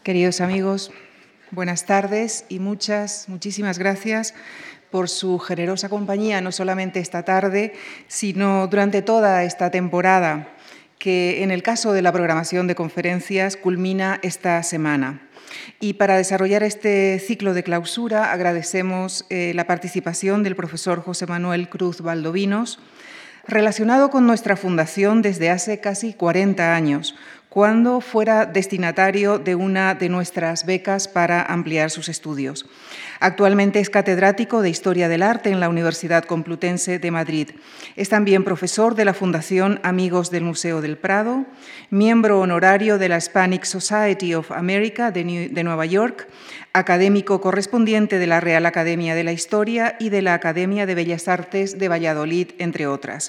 Queridos amigos, buenas tardes y muchísimas gracias por su generosa compañía, no solamente esta tarde, sino durante toda esta temporada, que en el caso de la programación de conferencias culmina esta semana. Y para desarrollar este ciclo de clausura agradecemos la participación del profesor José Manuel Cruz Valdovinos, relacionado con nuestra fundación desde hace casi 40 años, cuando fuera destinatario de una de nuestras becas para ampliar sus estudios. Actualmente es catedrático de Historia del Arte en la Universidad Complutense de Madrid. Es también profesor de la Fundación Amigos del Museo del Prado, miembro honorario de la Hispanic Society of America de Nueva York, académico correspondiente de la Real Academia de la Historia y de la Academia de Bellas Artes de Valladolid, entre otras.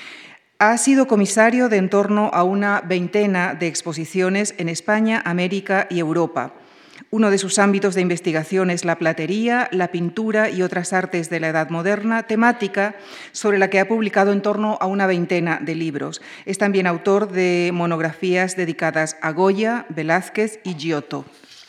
Ha sido comisario de en torno a una veintena de exposiciones en España, América y Europa. Uno de sus ámbitos de investigación es la platería, la pintura y otras artes de la Edad Moderna, temática sobre la que ha publicado en torno a una veintena de libros. Es también autor de monografías dedicadas a Goya, Velázquez y Giotto.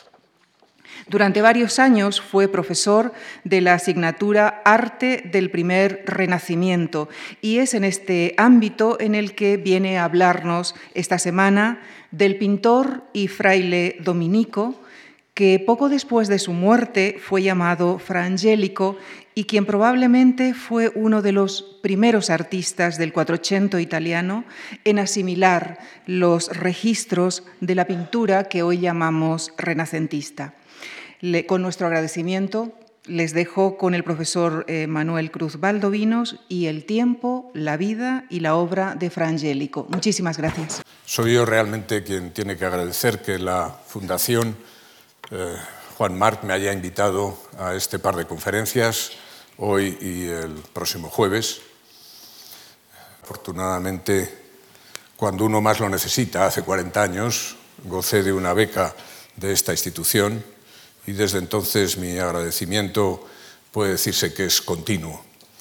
Durante varios años fue profesor de la asignatura Arte del Primer Renacimiento y es en este ámbito en el que viene a hablarnos esta semana del pintor y fraile dominico que poco después de su muerte fue llamado Fra Angelico y quien probablemente fue uno de los primeros artistas del Quattrocento italiano en asimilar los registros de la pintura que hoy llamamos renacentista. Con nuestro agradecimiento, les dejo con el profesor Manuel Cruz Valdovinos y el tiempo, la vida y la obra de Fra Angelico. Muchísimas gracias. Soy yo realmente quien tiene que agradecer que la Fundación Juan March me haya invitado a este par de conferencias, hoy y el próximo jueves. Afortunadamente, cuando uno más lo necesita, hace 40 años, gocé de una beca de esta institución, y desde entonces mi agradecimiento puede decirse que es continuo.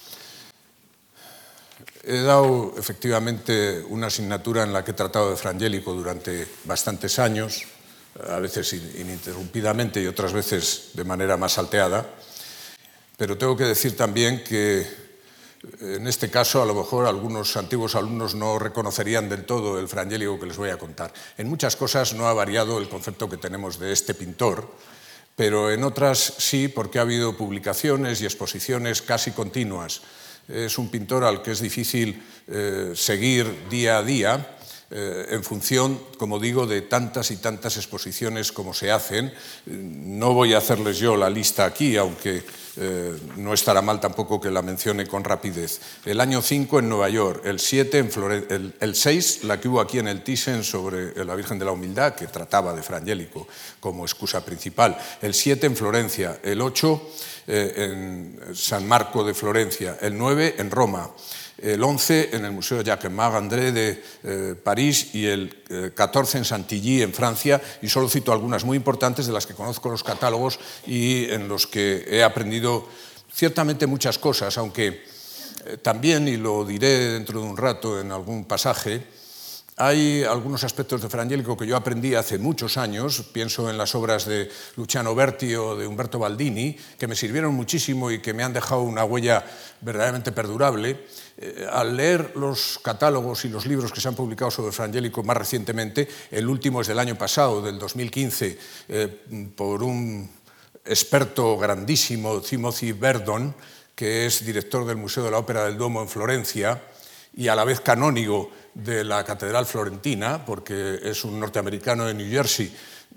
He dado efectivamente una asignatura en la que he tratado de Fra Angelico durante bastantes años, a veces ininterrumpidamente y otras veces de manera más salteada, pero tengo que decir también que en este caso a lo mejor algunos antiguos alumnos no reconocerían del todo el Fra Angelico que les voy a contar. En muchas cosas no ha variado el concepto que tenemos de este pintor, pero en otras sí, porque ha habido publicaciones y exposiciones casi continuas. Es un pintor al que es difícil seguir día a día en función, como digo, de tantas y tantas exposiciones como se hacen. No voy a hacerles yo la lista aquí, aunque no estará mal tampoco que la mencione con rapidez. El año 5 en Nueva York, el 7 en Florencia, el 6 la que hubo aquí en el Thyssen sobre la Virgen de la Humildad, que trataba de Fra Angelico como excusa principal, el 7 en Florencia, el 8 en San Marco de Florencia, el 9 en Roma, el 11 en el Museo Jacques-Marc André de París y el 14 en Chantilly, en Francia, y solo cito algunas muy importantes de las que conozco los catálogos y en los que he aprendido ciertamente muchas cosas, aunque también, y lo diré dentro de un rato en algún pasaje, hay algunos aspectos de Fra Angelico que yo aprendí hace muchos años, pienso en las obras de Luciano Berti o de Umberto Baldini, que me sirvieron muchísimo y que me han dejado una huella verdaderamente perdurable. Al leer los catálogos y los libros que se han publicado sobre Fra Angelico más recientemente, el último es del año pasado, del 2015, por un experto grandísimo, Timothy Verdon, que es director del Museo de la Ópera del Duomo en Florencia y a la vez canónigo de la Catedral Florentina, porque es un norteamericano de New Jersey,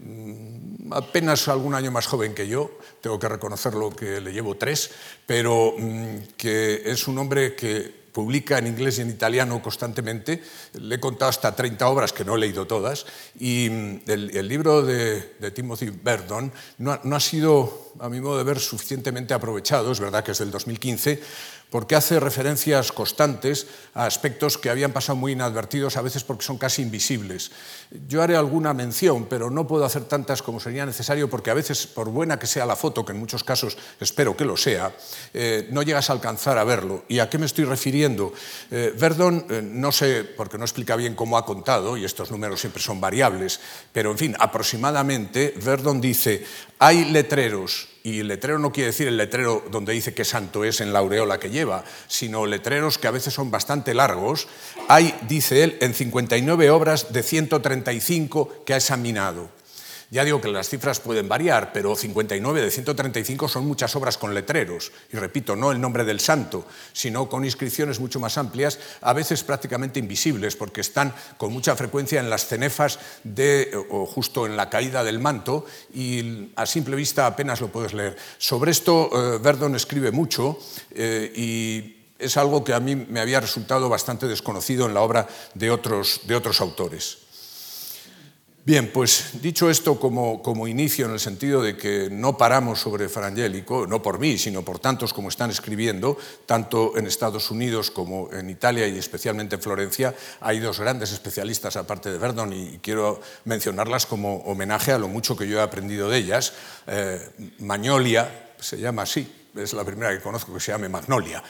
apenas algún año más joven que yo, tengo que reconocerlo que le llevo 3, pero que es un hombre que publica en inglés y en italiano constantemente. Le he contado hasta 30 obras que no he leído todas, y el libro de Timothy Verdon no ha sido, a mi modo de ver, suficientemente aprovechado. Es verdad que es del 2015, porque hace referencias constantes a aspectos que habían pasado muy inadvertidos, a veces porque son casi invisibles. Yo haré alguna mención, pero no puedo hacer tantas como sería necesario, porque a veces, por buena que sea la foto, que en muchos casos espero que lo sea, no llegas a alcanzar a verlo. ¿Y a qué me estoy refiriendo? descubriendo. Verdon, no sé, porque no explica bien cómo ha contado, y estos números siempre son variables, pero en fin, aproximadamente, Verdon dice, hay letreros, y el letrero no quiere decir el letrero donde dice qué santo es en la aureola que lleva, sino letreros que a veces son bastante largos. Hay, dice él, en 59 obras de 135 que ha examinado. Ya digo que las cifras pueden variar, pero 59 de 135 son muchas obras con letreros. Y repito, no el nombre del santo, sino con inscripciones mucho más amplias, a veces prácticamente invisibles, porque están con mucha frecuencia en las cenefas o justo en la caída del manto, y a simple vista apenas lo puedes leer. Sobre esto Verdon escribe mucho y es algo que a mí me había resultado bastante desconocido en la obra de otros autores. Bien, pues dicho esto como inicio, en el sentido de que no paramos sobre Fra Angelico, no por mí, sino por tantos como están escribiendo, tanto en Estados Unidos como en Italia y especialmente en Florencia, hay dos grandes especialistas aparte de Verdon y quiero mencionarlas como homenaje a lo mucho que yo he aprendido de ellas. Magnolia, se llama así, es la primera que conozco que se llame Magnolia.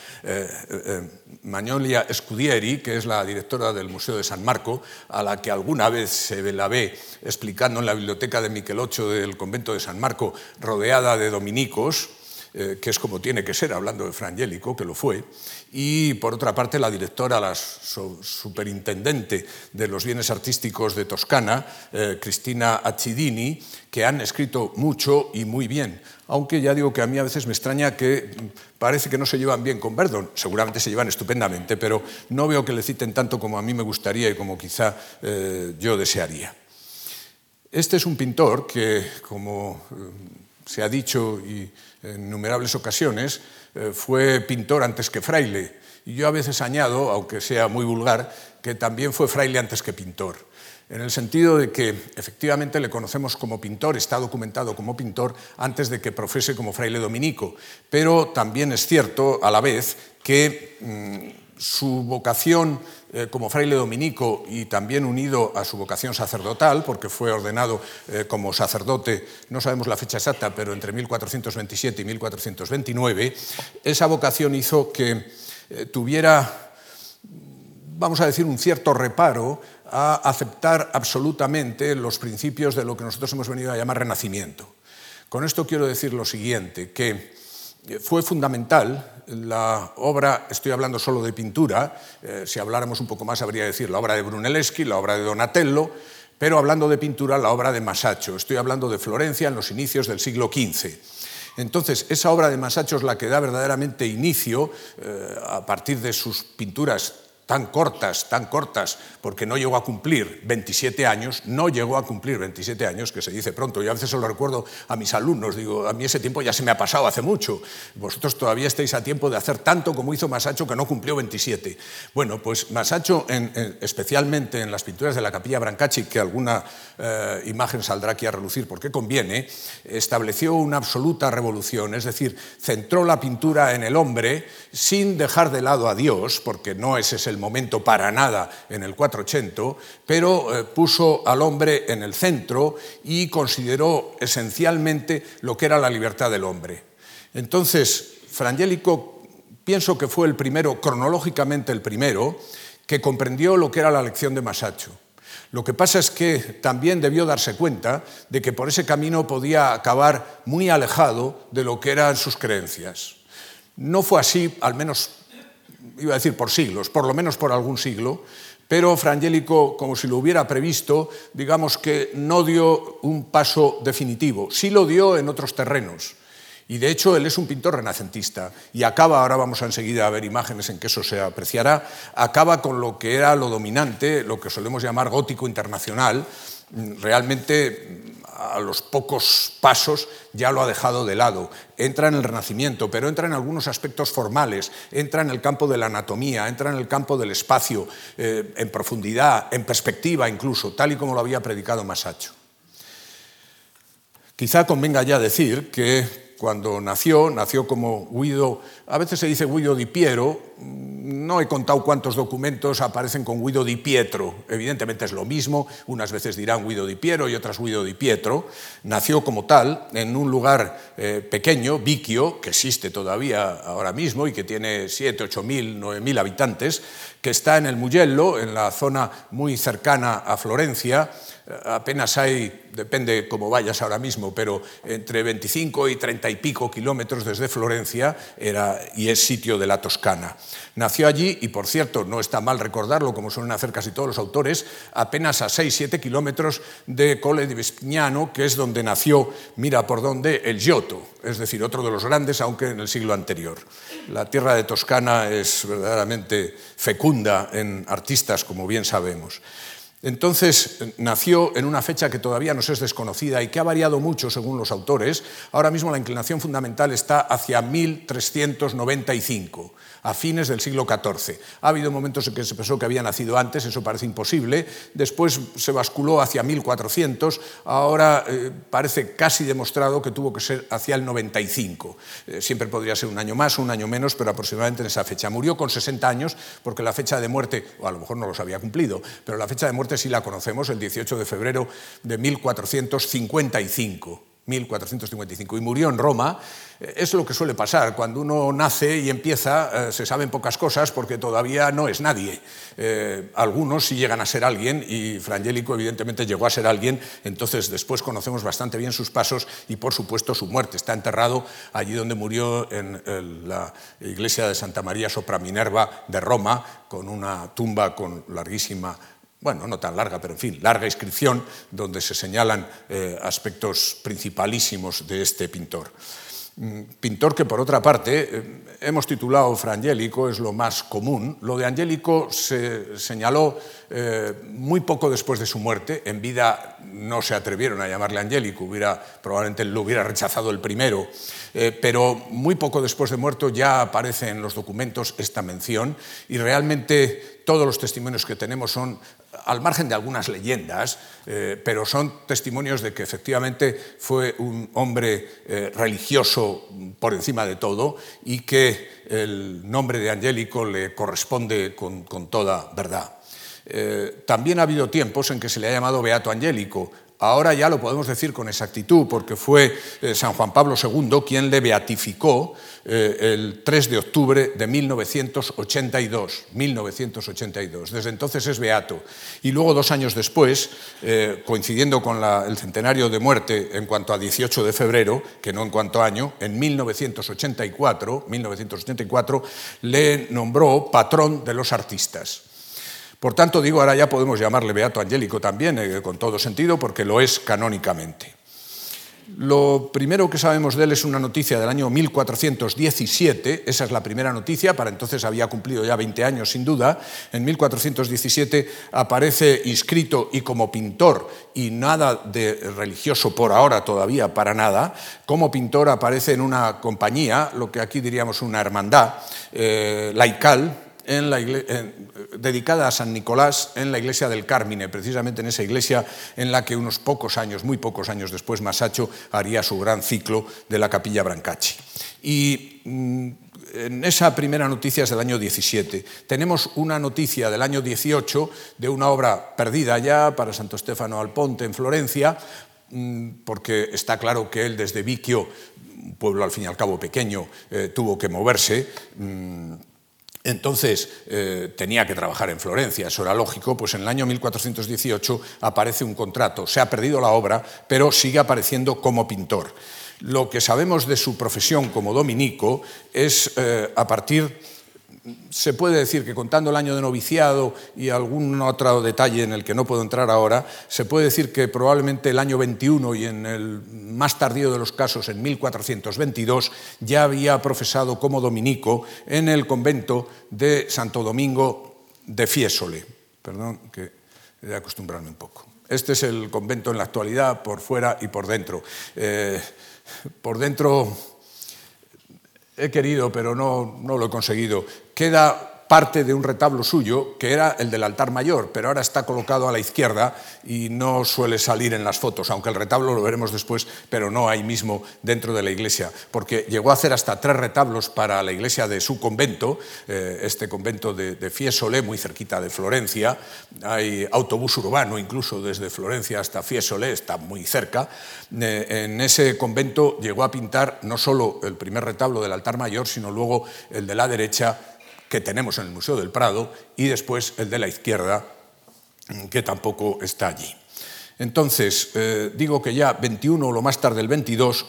Magnolia Scudieri, que es la directora del Museo de San Marco, a la que alguna vez se la ve explicando en la biblioteca de Micheloccio del convento de San Marco, rodeada de dominicos, que es como tiene que ser, hablando de Fra Angelico, que lo fue, y por otra parte la directora, la superintendente de los bienes artísticos de Toscana, Cristina Accidini, que han escrito mucho y muy bien, aunque ya digo que a mí a veces me extraña que parece que no se llevan bien con Verdon, seguramente se llevan estupendamente, pero no veo que le citen tanto como a mí me gustaría y como quizá yo desearía. Este es un pintor que, como se ha dicho y en innumerables ocasiones, fue pintor antes que fraile. Y yo a veces añado, aunque sea muy vulgar, que también fue fraile antes que pintor. En el sentido de que efectivamente le conocemos como pintor, está documentado como pintor antes de que profese como fraile dominico. Pero también es cierto, a la vez, que su vocación como fraile dominico y también unido a su vocación sacerdotal, porque fue ordenado como sacerdote, no sabemos la fecha exacta, pero entre 1427 y 1429, esa vocación hizo que tuviera, vamos a decir, un cierto reparo a aceptar absolutamente los principios de lo que nosotros hemos venido a llamar Renacimiento. Con esto quiero decir lo siguiente, que fue fundamental la obra, estoy hablando solo de pintura, si habláramos un poco más habría que decir la obra de Brunelleschi, la obra de Donatello, pero hablando de pintura, la obra de Masaccio. Estoy hablando de Florencia en los inicios del siglo XV. Entonces, esa obra de Masaccio es la que da verdaderamente inicio, a partir de sus pinturas tan cortas, porque no llegó a cumplir 27 años, que se dice pronto. Yo a veces se lo recuerdo a mis alumnos, digo, a mí ese tiempo ya se me ha pasado hace mucho, vosotros todavía estáis a tiempo de hacer tanto como hizo Masaccio, que no cumplió 27. Bueno, pues Masaccio, especialmente en las pinturas de la Capilla Brancacci, que alguna imagen saldrá aquí a relucir porque conviene, estableció una absoluta revolución, es decir, centró la pintura en el hombre sin dejar de lado a Dios, porque no ese es el momento para nada en el 480, pero puso al hombre en el centro y consideró esencialmente lo que era la libertad del hombre. Entonces, Fra Angelico pienso que fue el primero, cronológicamente el primero, que comprendió lo que era la lección de Masaccio. Lo que pasa es que también debió darse cuenta de que por ese camino podía acabar muy alejado de lo que eran sus creencias. No fue así, al menos, iba a decir por siglos, por lo menos por algún siglo, pero Fra Angelico, como si lo hubiera previsto, digamos que no dio un paso definitivo, sí lo dio en otros terrenos. Y de hecho él es un pintor renacentista y acaba, ahora vamos enseguida a ver imágenes en que eso se apreciará, acaba con lo que era lo dominante, lo que solemos llamar gótico internacional. Realmente a los pocos pasos ya lo ha dejado de lado. Entra en el Renacimiento, pero entra en algunos aspectos formales, entra en el campo de la anatomía, entra en el campo del espacio, en profundidad, en perspectiva incluso, tal y como lo había predicado Masaccio. Quizá convenga ya decir que cuando nació como Guido, a veces se dice Guido di Piero, no he contado cuántos documentos aparecen con Guido di Pietro. Evidentemente es lo mismo, unas veces dirán Guido di Piero y otras Guido di Pietro. Nació como tal en un lugar pequeño, Vicchio, que existe todavía ahora mismo y que tiene 7, 8.000, 9.000 habitantes, que está en el Mugello, en la zona muy cercana a Florencia. Apenas hay, depende cómo vayas ahora mismo, pero entre 25 y 30 y pico kilómetros desde Florencia y es sitio de la Toscana. Nació allí y, por cierto, no está mal recordarlo, como suelen hacer casi todos los autores, apenas a 6-7 kilómetros de Colle di Vespignano, que es donde nació, mira por dónde, el Giotto, es decir, otro de los grandes, aunque en el siglo anterior. La tierra de Toscana es verdaderamente fecunda en artistas, como bien sabemos. Entonces, nació en una fecha que todavía nos es desconocida y que ha variado mucho según los autores. Ahora mismo la inclinación fundamental está hacia 1395, a fines del siglo XIV. Ha habido momentos en que se pensó que había nacido antes, eso parece imposible. Después se basculó hacia 1400, ahora parece casi demostrado que tuvo que ser hacia el 95. Siempre podría ser un año más, un año menos, pero aproximadamente en esa fecha. Murió con 60 años porque la fecha de muerte, o a lo mejor no los había cumplido, pero la fecha de muerte sí la conocemos, el 18 de febrero de 1455. Y murió en Roma. Es lo que suele pasar, cuando uno nace y empieza, se saben pocas cosas porque todavía no es nadie. Algunos sí llegan a ser alguien y Frangélico evidentemente llegó a ser alguien, entonces después conocemos bastante bien sus pasos y por supuesto su muerte. Está enterrado allí donde murió, en la iglesia de Santa María sopra Minerva de Roma, con una tumba con larguísima, bueno, no tan larga, pero en fin, larga inscripción, donde se señalan aspectos principalísimos de este pintor. Pintor que, por otra parte, hemos titulado Frangélico, es lo más común. Lo de Angélico se señaló muy poco después de su muerte. En vida no se atrevieron a llamarle Angélico, probablemente lo hubiera rechazado el primero, pero muy poco después de muerto ya aparece en los documentos esta mención y realmente todos los testimonios que tenemos son, al margen de algunas leyendas, pero son testimonios de que efectivamente fue un hombre religioso por encima de todo y que el nombre de Angélico le corresponde con toda verdad. También ha habido tiempos en que se le ha llamado Beato Angélico. Ahora ya lo podemos decir con exactitud porque fue San Juan Pablo II quien le beatificó el 3 de octubre de 1982. Desde entonces es beato. Y luego, 2 años después, coincidiendo con el centenario de muerte en cuanto a 18 de febrero, que no en cuanto a año, en 1984 le nombró patrón de los artistas. Por tanto, digo, ahora ya podemos llamarle Beato Angélico también, con todo sentido, porque lo es canónicamente. Lo primero que sabemos de él es una noticia del año 1417, esa es la primera noticia, para entonces había cumplido ya 20 años sin duda. En 1417 aparece inscrito y como pintor, y nada de religioso por ahora todavía, para nada, como pintor aparece en una compañía, lo que aquí diríamos una hermandad laical, dedicada a San Nicolás en la iglesia del Carmine, precisamente en esa iglesia en la que unos pocos años, muy pocos años después, Masaccio haría su gran ciclo de la Capilla Brancacci. Y en esa primera noticia es del año 17. Tenemos una noticia del año 18 de una obra perdida ya para Santo Stefano al Ponte en Florencia, porque está claro que él desde Vicchio, un pueblo al fin y al cabo pequeño, tuvo que moverse. Entonces tenía que trabajar en Florencia, eso era lógico, pues en el año 1418 aparece un contrato, se ha perdido la obra, pero sigue apareciendo como pintor. Lo que sabemos de su profesión como dominico es se puede decir que contando el año de noviciado y algún otro detalle en el que no puedo entrar ahora, se puede decir que probablemente el año 21 y en el más tardío de los casos, en 1422, ya había profesado como dominico en el convento de Santo Domingo de Fiesole. Perdón, que he de acostumbrarme un poco. Este es el convento en la actualidad, por fuera y por dentro. Por dentro he querido, pero no lo he conseguido. Queda parte de un retablo suyo, que era el del altar mayor, pero ahora está colocado a la izquierda y no suele salir en las fotos, aunque el retablo lo veremos después, pero no ahí mismo dentro de la iglesia, porque llegó a hacer hasta 3 retablos para la iglesia de su convento, este convento de Fiesole, muy cerquita de Florencia. Hay autobús urbano incluso desde Florencia hasta Fiesole, está muy cerca. En ese convento llegó a pintar no solo el primer retablo del altar mayor, sino luego el de la derecha, que tenemos en el Museo del Prado, y después el de la izquierda, que tampoco está allí. Entonces, digo que ya 21 o lo más tarde el 22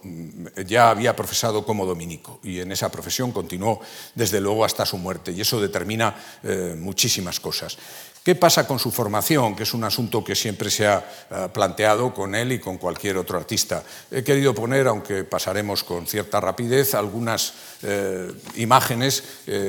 ya había profesado como dominico, y en esa profesión continuó desde luego hasta su muerte, y eso determina muchísimas cosas. ¿Qué pasa con su formación? Que es un asunto que siempre se ha planteado con él y con cualquier otro artista. He querido poner, aunque pasaremos con cierta rapidez, algunas imágenes,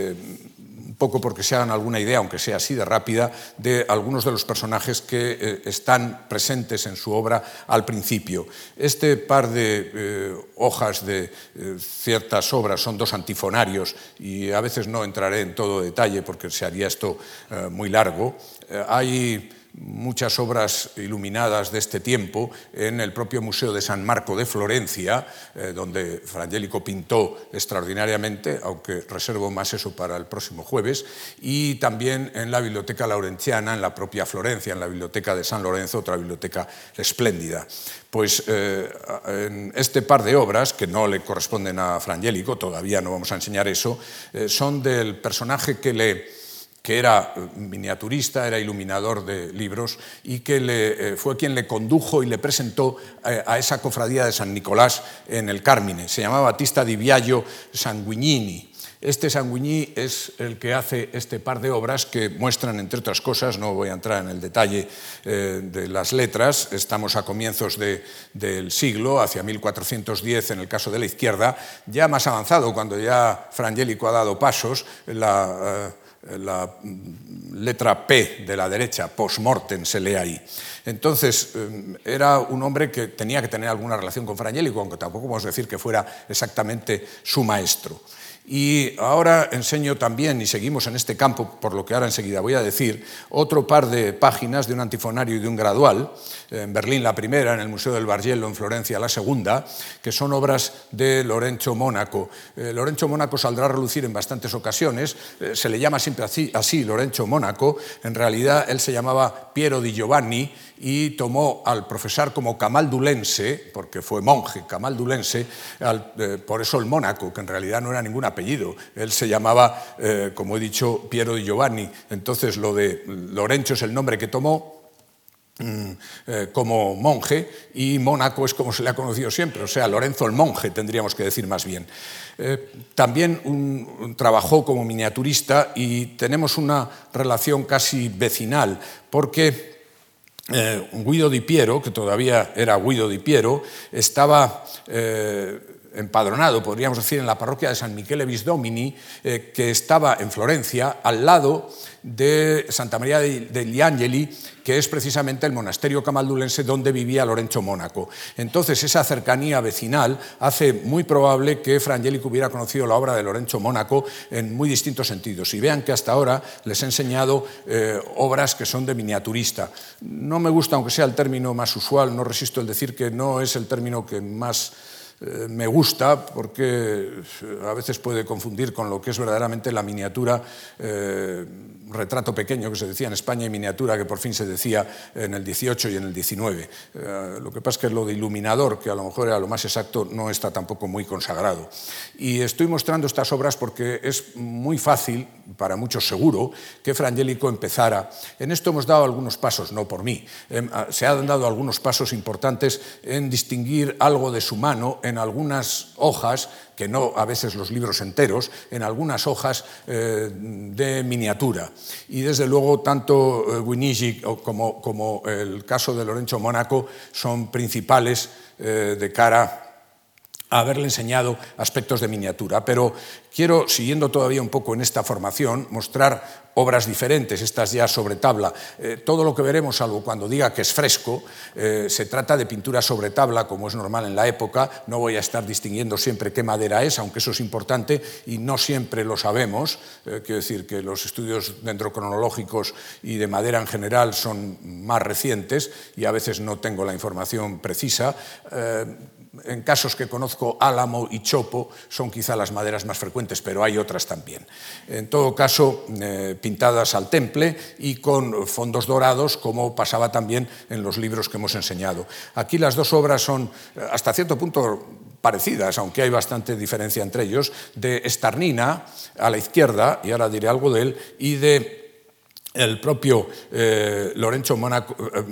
un poco porque se hagan alguna idea, aunque sea así de rápida, de algunos de los personajes que están presentes en su obra al principio. Este par de hojas de ciertas obras son 2 antifonarios, y a veces no entraré en todo detalle porque se haría esto muy largo. Hay muchas obras iluminadas de este tiempo en el propio Museo de San Marco de Florencia, donde Fra Angelico pintó extraordinariamente, aunque reservo más eso para el próximo jueves, y también en la Biblioteca Laurenziana, en la propia Florencia, en la Biblioteca de San Lorenzo, otra biblioteca espléndida. Pues en este par de obras, que no le corresponden a Fra Angelico, todavía no vamos a enseñar eso, son del personaje que era miniaturista, era iluminador de libros, y que fue quien le condujo y le presentó a esa cofradía de San Nicolás en el Carmine. Se llamaba Battista di Biagio Sanguignini. Este Sanguigny es el que hace este par de obras que muestran, entre otras cosas, no voy a entrar en el detalle de las letras, estamos a comienzos del siglo, hacia 1410 en el caso de la izquierda, ya más avanzado, cuando ya Fra Angelico ha dado pasos, la letra P de la derecha, post-mortem, se lee ahí. Entonces, era un hombre que tenía que tener alguna relación con Fra Angelico, aunque tampoco podemos decir que fuera exactamente su maestro. Y ahora enseño también, y seguimos en este campo, por lo que ahora enseguida voy a decir, otro par de páginas de un antifonario y de un gradual, en Berlín la primera, en el Museo del Bargello, en Florencia la segunda, que son obras de Lorenzo Mónaco. Lorenzo Mónaco saldrá a relucir en bastantes ocasiones, se le llama siempre así Lorenzo Mónaco, en realidad él se llamaba Piero di Giovanni, y tomó al profesar como camaldulense, porque fue monje camaldulense, por eso el Mónaco, que en realidad no era ningún apellido, él se llamaba, como he dicho, Piero di Giovanni. Entonces lo de Lorenzo es el nombre que tomó como monje, y Mónaco es como se le ha conocido siempre, o sea, Lorenzo el monje, tendríamos que decir más bien. También trabajó como miniaturista, y tenemos una relación casi vecinal, porque Guido di Piero, que todavía era Guido di Piero, estaba empadronado, podríamos decir, en la parroquia de San Michele Visdomini, que estaba en Florencia, al lado de Santa María degli Angeli, que es precisamente el monasterio camaldulense donde vivía Lorenzo Mónaco. Entonces, esa cercanía vecinal hace muy probable que Fra Angelico hubiera conocido la obra de Lorenzo Mónaco en muy distintos sentidos. Y vean que hasta ahora les he enseñado obras que son de miniaturista. No me gusta, aunque sea el término más usual, no resisto el decir que no es el término que más me gusta, porque a veces puede confundir con lo que es verdaderamente la miniatura, retrato pequeño, que se decía en España, y miniatura, que por fin se decía en el 18 y en el 19. Lo que pasa es que lo de iluminador, que a lo mejor era lo más exacto, no está tampoco muy consagrado. Y estoy mostrando estas obras porque es muy fácil, para muchos seguro, que Fra Angelico empezara. En esto hemos dado algunos pasos, no por mí, se han dado algunos pasos importantes en distinguir algo de su mano en algunas hojas, que no a veces los libros enteros, en algunas hojas de miniatura. Y desde luego tanto Guinigi como el caso de Lorenzo Mónaco son principales de cara a haberle enseñado aspectos de miniatura, pero quiero, siguiendo todavía un poco en esta formación, mostrar obras diferentes, estas ya sobre tabla. Todo lo que veremos, salvo cuando diga que es fresco, se trata de pintura sobre tabla, como es normal en la época. No voy a estar distinguiendo siempre qué madera es, aunque eso es importante y no siempre lo sabemos. Quiero decir que los estudios dendrocronológicos y de madera en general son más recientes y a veces no tengo la información precisa. En casos que conozco, álamo y chopo son quizá las maderas más frecuentes, pero hay otras también. En todo caso, pintadas al temple y con fondos dorados, como pasaba también en los libros que hemos enseñado. Aquí las dos obras son, hasta cierto punto, parecidas, aunque hay bastante diferencia entre ellos, de Starnina a la izquierda, y ahora diré algo de él, y de el propio Lorenzo Monaco,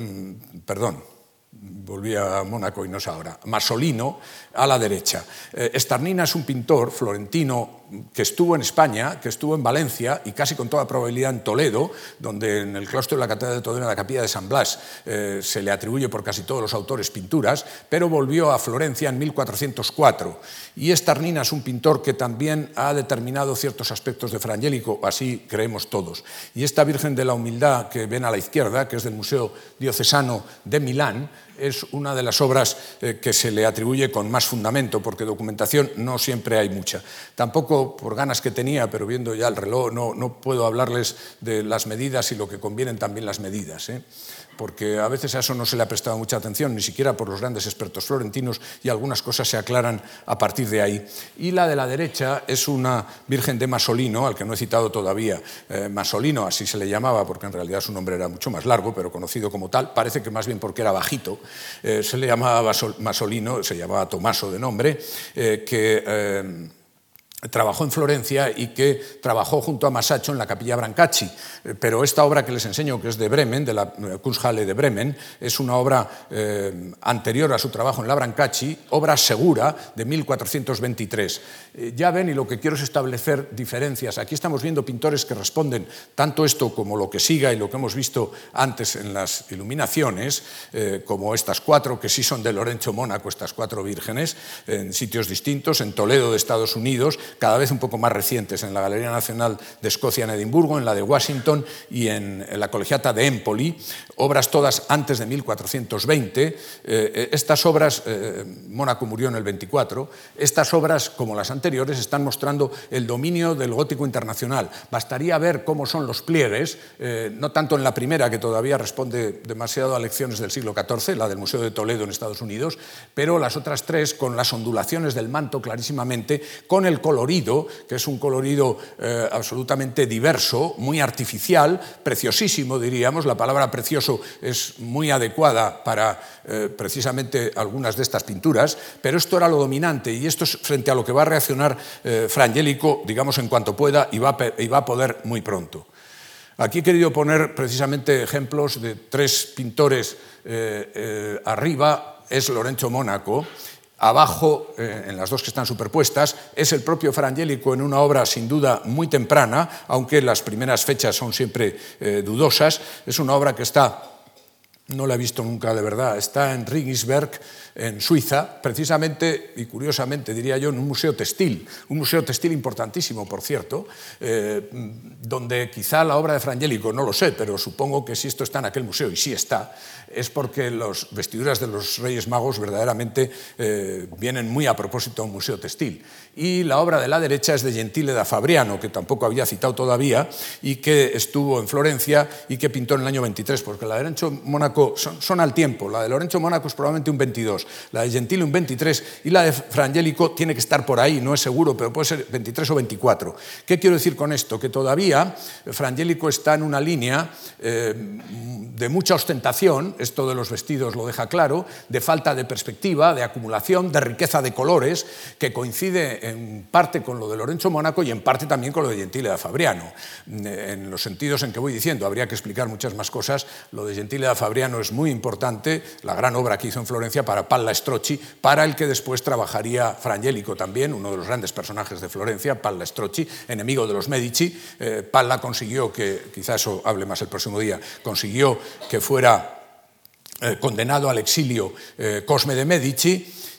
volví a Mónaco y no es ahora, Masolino, a la derecha. Starnina es un pintor florentino que estuvo en España, que estuvo en Valencia y casi con toda probabilidad en Toledo, donde en el claustro de la Catedral de Toledo, en la capilla de San Blas, se le atribuye por casi todos los autores pinturas, pero volvió a Florencia en 1404. Y Starnina es un pintor que también ha determinado ciertos aspectos de Fra Angelico, así creemos todos. Y esta Virgen de la Humildad que ven a la izquierda, que es del Museo Diocesano de Milán, es una de las obras que se le atribuye con más fundamento, porque documentación no siempre hay mucha. Tampoco por ganas que tenía, pero viendo ya el reloj, no puedo hablarles de las medidas y lo que convienen también las medidas, porque a veces a eso no se le ha prestado mucha atención, ni siquiera por los grandes expertos florentinos, y algunas cosas se aclaran a partir de ahí. Y la de la derecha es una Virgen de Masolino, al que no he citado todavía. Masolino, así se le llamaba, porque en realidad su nombre era mucho más largo, pero conocido como tal, parece que más bien porque era bajito, se le llamaba Masolino, se llamaba Tomaso de nombre, que trabajó en Florencia y que trabajó junto a Masaccio en la Capilla Brancacci. Pero esta obra que les enseño, que es de Bremen, de la Kunsthalle de Bremen, es una obra anterior a su trabajo en la Brancacci, obra segura de 1423. Ya ven, y lo que quiero es establecer diferencias. Aquí estamos viendo pintores que responden tanto esto como lo que siga y lo que hemos visto antes en las iluminaciones, como estas cuatro que sí son de Lorenzo Mónaco, estas cuatro vírgenes, en sitios distintos, en Toledo de Estados Unidos, cada vez un poco más recientes, en la Galería Nacional de Escocia en Edimburgo, en la de Washington y en la Colegiata de Empoli, obras todas antes de 1420. Estas obras, Mónaco murió en el 24, estas obras, como las anteriores, están mostrando el dominio del gótico internacional. Bastaría ver cómo son los pliegues, no tanto en la primera, que todavía responde demasiado a lecciones del siglo XIV, la del Museo de Toledo en Estados Unidos, pero las otras tres, con las ondulaciones del manto clarísimamente, con el colorido, que es un colorido absolutamente diverso, muy artificial, preciosísimo, diríamos. La palabra precioso es muy adecuada para precisamente algunas de estas pinturas, pero esto era lo dominante y esto es frente a lo que va a reaccionar Fra Angelico, digamos, en cuanto pueda y va a poder muy pronto. Aquí he querido poner precisamente ejemplos de tres pintores. Arriba es Lorenzo Mónaco. Abajo, en las dos que están superpuestas, es el propio Fra Angelico en una obra sin duda muy temprana, aunque las primeras fechas son siempre dudosas. Es una obra que está, no la he visto nunca de verdad, está en Regensberg, en Suiza, precisamente y curiosamente, diría yo, en un museo textil importantísimo, por cierto, donde quizá la obra de Fra Angelico, no lo sé, pero supongo que si esto está en aquel museo, y sí está, es porque las vestiduras de los Reyes Magos verdaderamente vienen muy a propósito a un museo textil. Y la obra de la derecha es de Gentile da Fabriano, que tampoco había citado todavía, y que estuvo en Florencia y que pintó en el año 23, porque la de Lorenzo Mónaco son al tiempo. La de Lorenzo Mónaco es probablemente un 22, la de Gentile un 23, y la de Fra Angelico tiene que estar por ahí, no es seguro, pero puede ser 23 o 24. ¿Qué quiero decir con esto? Que todavía Fra Angelico está en una línea de mucha ostentación, esto de los vestidos lo deja claro, de falta de perspectiva, de acumulación, de riqueza de colores, que coincide en parte con lo de Lorenzo Mónaco y en parte también con lo de Gentile da Fabriano. En los sentidos en que voy diciendo, habría que explicar muchas más cosas. Lo de Gentile da Fabriano es muy importante, la gran obra que hizo en Florencia para Palla Strozzi, para el que después trabajaría Fra Angelico también, uno de los grandes personajes de Florencia, Palla Strozzi, enemigo de los Medici. Palla consiguió que, quizá eso hable más el próximo día, consiguió que fuera condenado al exilio Cosme de Medici,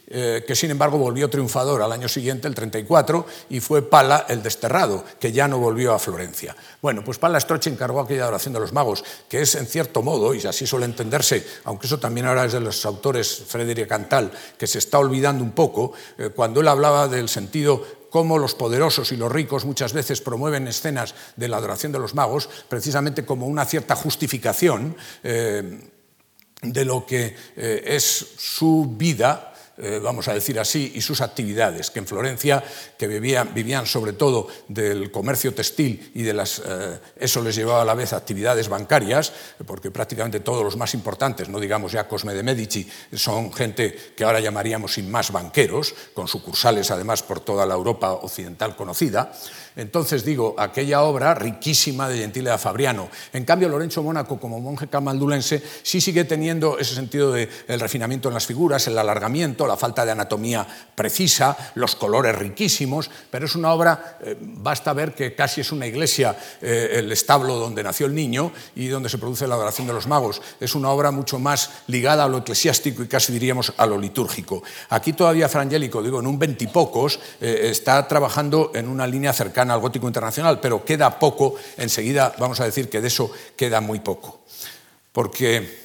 que sin embargo volvió triunfador al año siguiente, el 34, y fue Palla el desterrado, que ya no volvió a Florencia. Bueno, pues Palla Strozzi encargó aquella adoración de los magos, que es en cierto modo, y así suele entenderse, aunque eso también ahora es de los autores Frédéric Cantal, que se está olvidando un poco, cuando él hablaba del sentido cómo los poderosos y los ricos muchas veces promueven escenas de la adoración de los magos, precisamente como una cierta justificación de lo que es su vida, vamos a decir así, y sus actividades, que en Florencia, que vivían sobre todo del comercio textil y eso les llevaba a la vez actividades bancarias, porque prácticamente todos los más importantes, no digamos ya Cosme de Medici, son gente que ahora llamaríamos sin más banqueros, con sucursales además por toda la Europa occidental conocida. Entonces, digo, aquella obra riquísima de Gentile da Fabriano. En cambio, Lorenzo Mónaco, como monje camaldulense, sí sigue teniendo ese sentido del refinamiento en las figuras, el alargamiento, la falta de anatomía precisa, los colores riquísimos, pero es una obra, basta ver que casi es una iglesia, el establo donde nació el niño y donde se produce la adoración de los magos. Es una obra mucho más ligada a lo eclesiástico y casi diríamos a lo litúrgico. Aquí todavía Fra Angelico, digo, en un 20 y pocos, está trabajando en una línea cercana al gótico internacional, pero queda poco, enseguida vamos a decir que de eso queda muy poco. Porque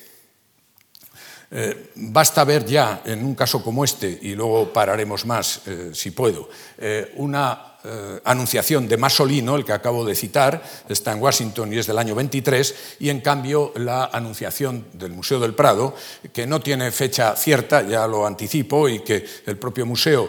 basta ver ya, en un caso como este, y luego pararemos más si puedo, una anunciación de Masolino, el que acabo de citar, está en Washington y es del año 23, y en cambio la anunciación del Museo del Prado, que no tiene fecha cierta, ya lo anticipo, y que el propio museo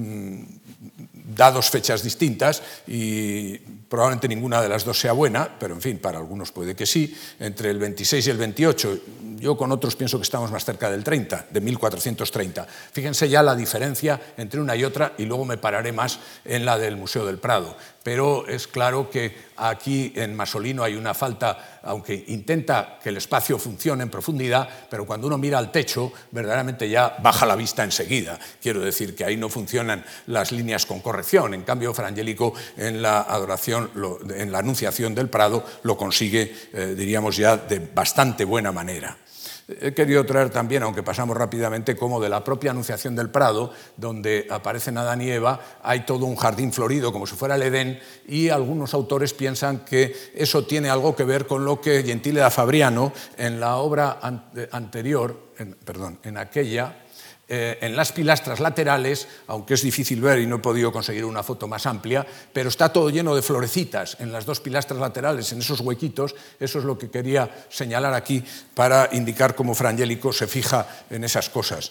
da dos fechas distintas y probablemente ninguna de las dos sea buena, pero en fin, para algunos puede que sí, entre el 26 y el 28, yo con otros pienso que estamos más cerca del 30, de 1430. Fíjense ya la diferencia entre una y otra y luego me pararé más en la del Museo del Prado. Pero es claro que aquí en Masolino hay una falta, aunque intenta que el espacio funcione en profundidad, pero cuando uno mira al techo, verdaderamente ya baja la vista enseguida. Quiero decir que ahí no funcionan las líneas con corrección. En cambio, Fra Angelico en la adoración, en la anunciación del Prado, lo consigue, diríamos ya, de bastante buena manera. He querido traer también, aunque pasamos rápidamente, como de la propia Anunciación del Prado, donde aparecen Adán y Eva, hay todo un jardín florido como si fuera el Edén, y algunos autores piensan que eso tiene algo que ver con lo que Gentile da Fabriano en la obra anterior, en aquella, en las pilastras laterales, aunque es difícil ver y no he podido conseguir una foto más amplia, pero está todo lleno de florecitas en las dos pilastras laterales, en esos huequitos. Eso es lo que quería señalar aquí para indicar cómo Fra Angelico se fija en esas cosas.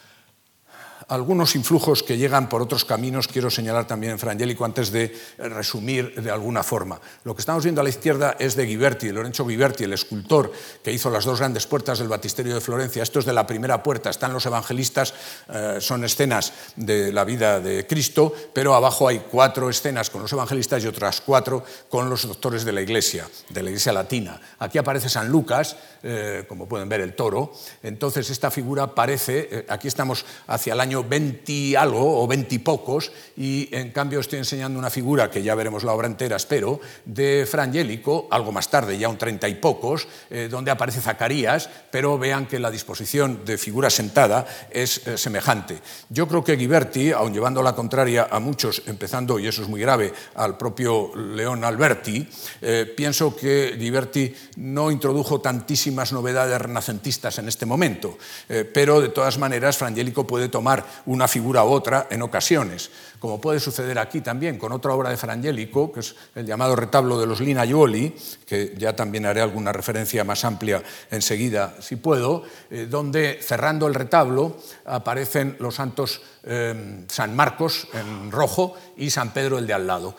Algunos influjos que llegan por otros caminos quiero señalar también en Fra Angelico antes de resumir de alguna forma. Lo que estamos viendo a la izquierda es de Ghiberti, de Lorenzo Ghiberti, el escultor que hizo las dos grandes puertas del Baptisterio de Florencia. Esto es de la primera puerta, están los evangelistas, son escenas de la vida de Cristo, pero abajo hay 4 escenas con los evangelistas y otras 4 con los doctores de la Iglesia latina. Aquí aparece San Lucas, como pueden ver, el toro. Entonces esta figura parece, aquí estamos hacia el año 20 y algo o 20 y pocos, y en cambio estoy enseñando una figura que ya veremos la obra entera, espero, de Fra Angelico, algo más tarde, ya un 30 y pocos, donde aparece Zacarías, pero vean que la disposición de figura sentada es semejante. Yo creo que Ghiberti, aun llevando la contraria a muchos, empezando, y eso es muy grave, al propio León Alberti, pienso que Ghiberti no introdujo tantísimas novedades renacentistas en este momento, pero de todas maneras Fra Angelico puede tomar una figura u otra en ocasiones, como puede suceder aquí también con otra obra de Fra Angelico, que es el llamado retablo de los Linaiuoli, que ya también haré alguna referencia más amplia enseguida, si puedo, donde cerrando el retablo aparecen los santos San Marcos en rojo y San Pedro el de al lado.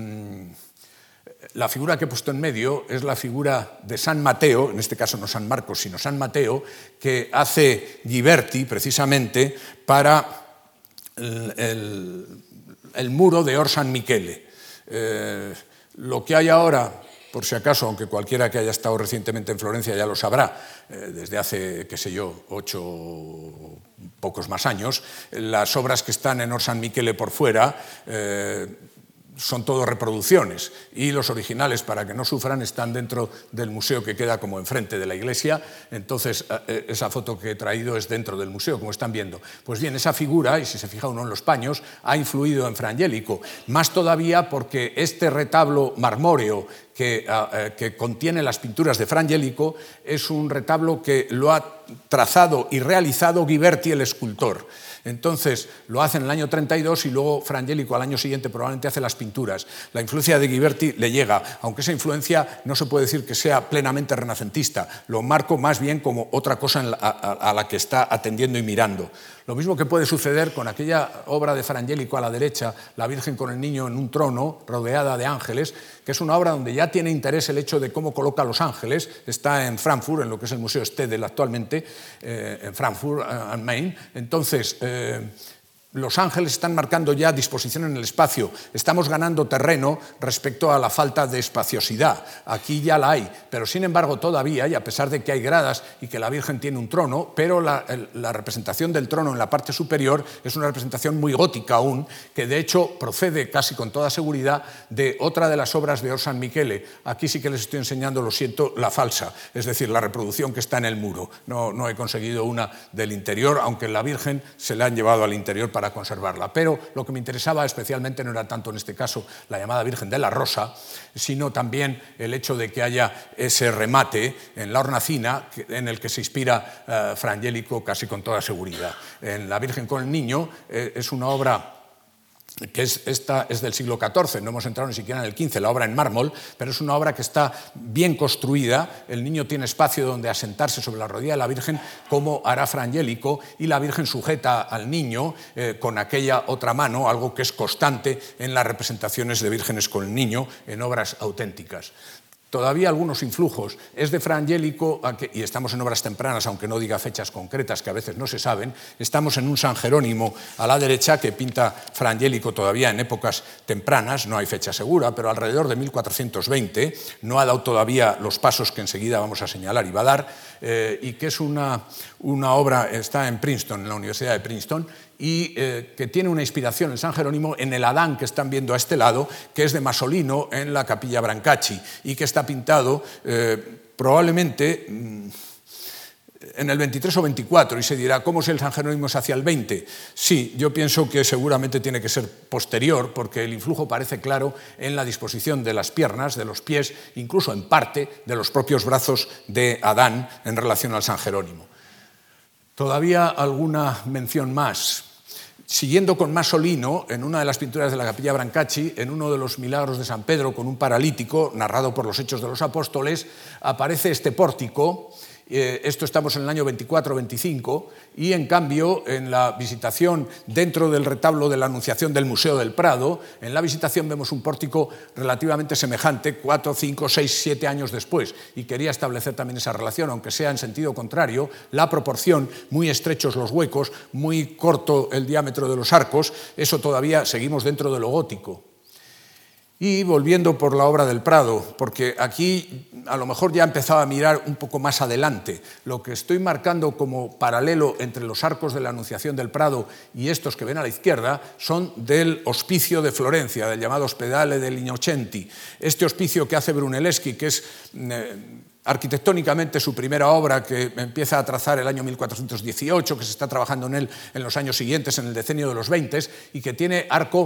La figura que he puesto en medio es la figura de San Mateo, en este caso no San Marcos, sino San Mateo, que hace Ghiberti precisamente para el muro de Or San Michele. Lo que hay ahora, por si acaso, aunque cualquiera que haya estado recientemente en Florencia ya lo sabrá, desde hace, qué sé yo, 8 pocos más años, las obras que están en Or San Michele por fuera son todo reproducciones, y los originales, para que no sufran, están dentro del museo que queda como enfrente de la iglesia. Entonces esa foto que he traído es dentro del museo, como están viendo. Pues bien, esa figura, y si se fija uno en los paños, ha influido en Fra Angelico, más todavía porque este retablo marmóreo que contiene las pinturas de Fra Angelico es un retablo que lo ha trazado y realizado Ghiberti, el escultor. Entonces lo hace en el año 32 y luego Fra Angelico al año siguiente probablemente hace las pinturas. La influencia de Ghiberti le llega, aunque esa influencia no se puede decir que sea plenamente renacentista, lo marco más bien como otra cosa a la que está atendiendo y mirando. Lo mismo que puede suceder con aquella obra de Fra Angelico a la derecha, la Virgen con el Niño en un trono, rodeada de ángeles, que es una obra donde ya tiene interés el hecho de cómo coloca los ángeles. Está en Frankfurt, en lo que es el Museo Stedel actualmente, en Frankfurt am Main. Entonces, los ángeles están marcando ya disposición en el espacio. Estamos ganando terreno respecto a la falta de espaciosidad. Aquí ya la hay, pero sin embargo todavía, y a pesar de que hay gradas y que la Virgen tiene un trono, pero la representación del trono en la parte superior es una representación muy gótica aún, que de hecho procede casi con toda seguridad de otra de las obras de Orsan Michele. Aquí sí que les estoy enseñando, lo siento, la falsa, es decir, la reproducción que está en el muro. No he conseguido una del interior, aunque la Virgen se la han llevado al interior para conservarla. Pero lo que me interesaba especialmente no era tanto en este caso la llamada Virgen de la Rosa, sino también el hecho de que haya ese remate en la hornacina en el que se inspira Fra Angelico casi con toda seguridad. En la Virgen con el Niño es una obra que esta es del siglo XIV, no hemos entrado ni siquiera en el XV, la obra en mármol, pero es una obra que está bien construida. El niño tiene espacio donde asentarse sobre la rodilla de la Virgen, como hará Fra Angelico, y la Virgen sujeta al niño con aquella otra mano, algo que es constante en las representaciones de vírgenes con el niño en obras auténticas. Todavía algunos influjos. Es de Fra Angelico, y estamos en obras tempranas, aunque no diga fechas concretas, que a veces no se saben. Estamos en un San Jerónimo a la derecha, que pinta Fra Angelico todavía en épocas tempranas, no hay fecha segura, pero alrededor de 1420, no ha dado todavía los pasos que enseguida vamos a señalar y va a dar, y que es una obra, está en Princeton, en la Universidad de Princeton, y que tiene una inspiración en San Jerónimo en el Adán que están viendo a este lado, que es de Masolino en la Capilla Brancacci, y que está pintado probablemente en el 23 o 24, y se dirá, ¿cómo si el San Jerónimo es hacia el 20? Sí, yo pienso que seguramente tiene que ser posterior, porque el influjo parece claro en la disposición de las piernas, de los pies, incluso en parte de los propios brazos de Adán en relación al San Jerónimo. Todavía alguna mención más. Siguiendo con Masolino, en una de las pinturas de la Capilla Brancacci, en uno de los milagros de San Pedro con un paralítico, narrado por los Hechos de los Apóstoles, aparece este pórtico. Esto estamos en el año 24-25, y en cambio en la visitación dentro del retablo de la Anunciación del Museo del Prado, en la visitación vemos un pórtico relativamente semejante 4, 5, 6, 7 años después, y quería establecer también esa relación, aunque sea en sentido contrario, la proporción, muy estrechos los huecos, muy corto el diámetro de los arcos, eso todavía seguimos dentro de lo gótico. Y volviendo por la obra del Prado, porque aquí a lo mejor ya empezaba a mirar un poco más adelante. Lo que estoy marcando como paralelo entre los arcos de la Anunciación del Prado y estos que ven a la izquierda son del Hospicio de Florencia, del llamado Ospedale degli Innocenti. Este hospicio que hace Brunelleschi, que es arquitectónicamente su primera obra, que empieza a trazar el año 1418, que se está trabajando en él en los años siguientes, en el decenio de los 20, y que tiene arco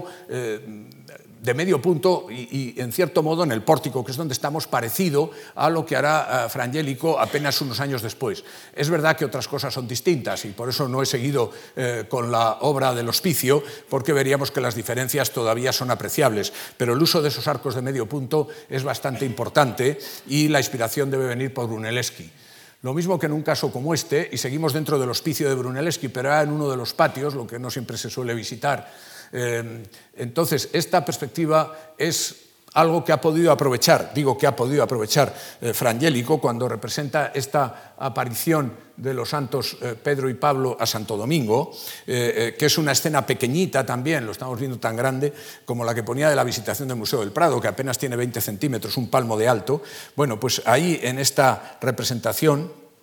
de medio punto y en cierto modo en el pórtico, que es donde estamos, parecido a lo que hará Fra Angelico apenas unos años después. Es verdad que otras cosas son distintas y por eso no he seguido con la obra del Hospicio, porque veríamos que las diferencias todavía son apreciables, pero el uso de esos arcos de medio punto es bastante importante y la inspiración debe venir por Brunelleschi. Lo mismo que en un caso como este, y seguimos dentro del Hospicio de Brunelleschi, pero era en uno de los patios, lo que no siempre se suele visitar. Entonces, esta perspectiva es algo que ha podido aprovechar, digo que ha podido aprovechar Fra Angelico cuando representa esta aparición de los santos Pedro y Pablo a Santo Domingo, que es una escena pequeñita también, lo estamos viendo tan grande como la que ponía de la visitación del Museo del Prado, que apenas tiene 20 centímetros, un palmo de alto. Bueno, pues ahí en esta representación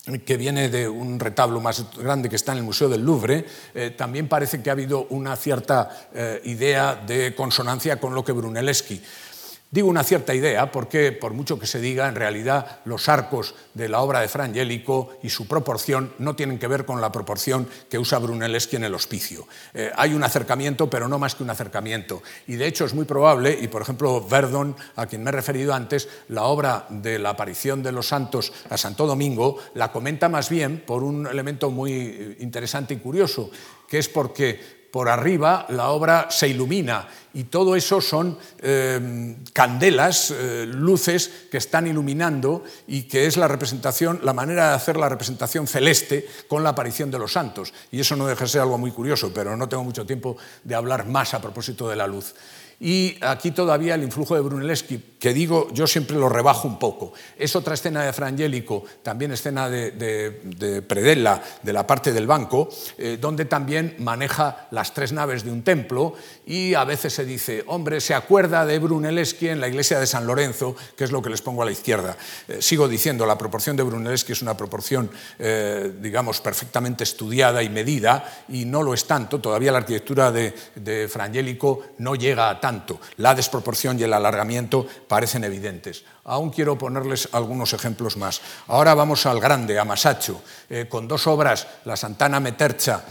que viene de un retablo más grande que está en el Museo del Louvre, también parece que ha habido una cierta idea de consonancia con lo que Brunelleschi. Digo una cierta idea porque, por mucho que se diga, en realidad los arcos de la obra de Fra Angelico y su proporción no tienen que ver con la proporción que usa Brunelleschi en el Hospicio. Hay un acercamiento, pero no más que un acercamiento. Y de hecho es muy probable, y por ejemplo Verdon, a quien me he referido antes, la obra de la aparición de los santos a Santo Domingo la comenta más bien por un elemento muy interesante y curioso, que es porque por arriba la obra se ilumina y todo eso son candelas, luces que están iluminando y que es la representación, la manera de hacer la representación celeste con la aparición de los santos. Y eso no deja de ser algo muy curioso, pero no tengo mucho tiempo de hablar más a propósito de la luz. Y aquí todavía el influjo de Brunelleschi, que digo, yo siempre lo rebajo un poco. Es otra escena de Fra Angelico, también escena de Predella, de la parte del banco, donde también maneja las tres naves de un templo y a veces se dice, hombre, se acuerda de Brunelleschi en la iglesia de San Lorenzo, que es lo que les pongo a la izquierda. Sigo diciendo, la proporción de Brunelleschi es una proporción, digamos, perfectamente estudiada y medida, y no lo es tanto. Todavía la arquitectura de Fra Angelico no llega a tanto. La desproporción y el alargamiento parecen evidentes. Aún quiero ponerles algunos ejemplos más. Ahora vamos al grande, a Masaccio, con dos obras, la Sant'Anna Metercha,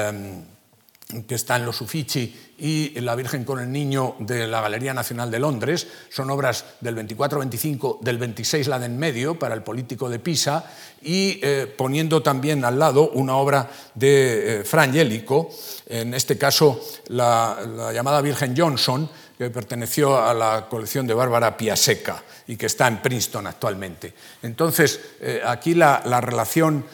que está en los Uffizi, y La Virgen con el Niño de la Galería Nacional de Londres. Son obras del 24-25, del 26 la de en medio, para el Político de Pisa, y poniendo también al lado una obra de Fra Angelico, en este caso la llamada Virgen Johnson, que perteneció a la colección de Bárbara Piasecca y que está en Princeton actualmente. Entonces, aquí la relación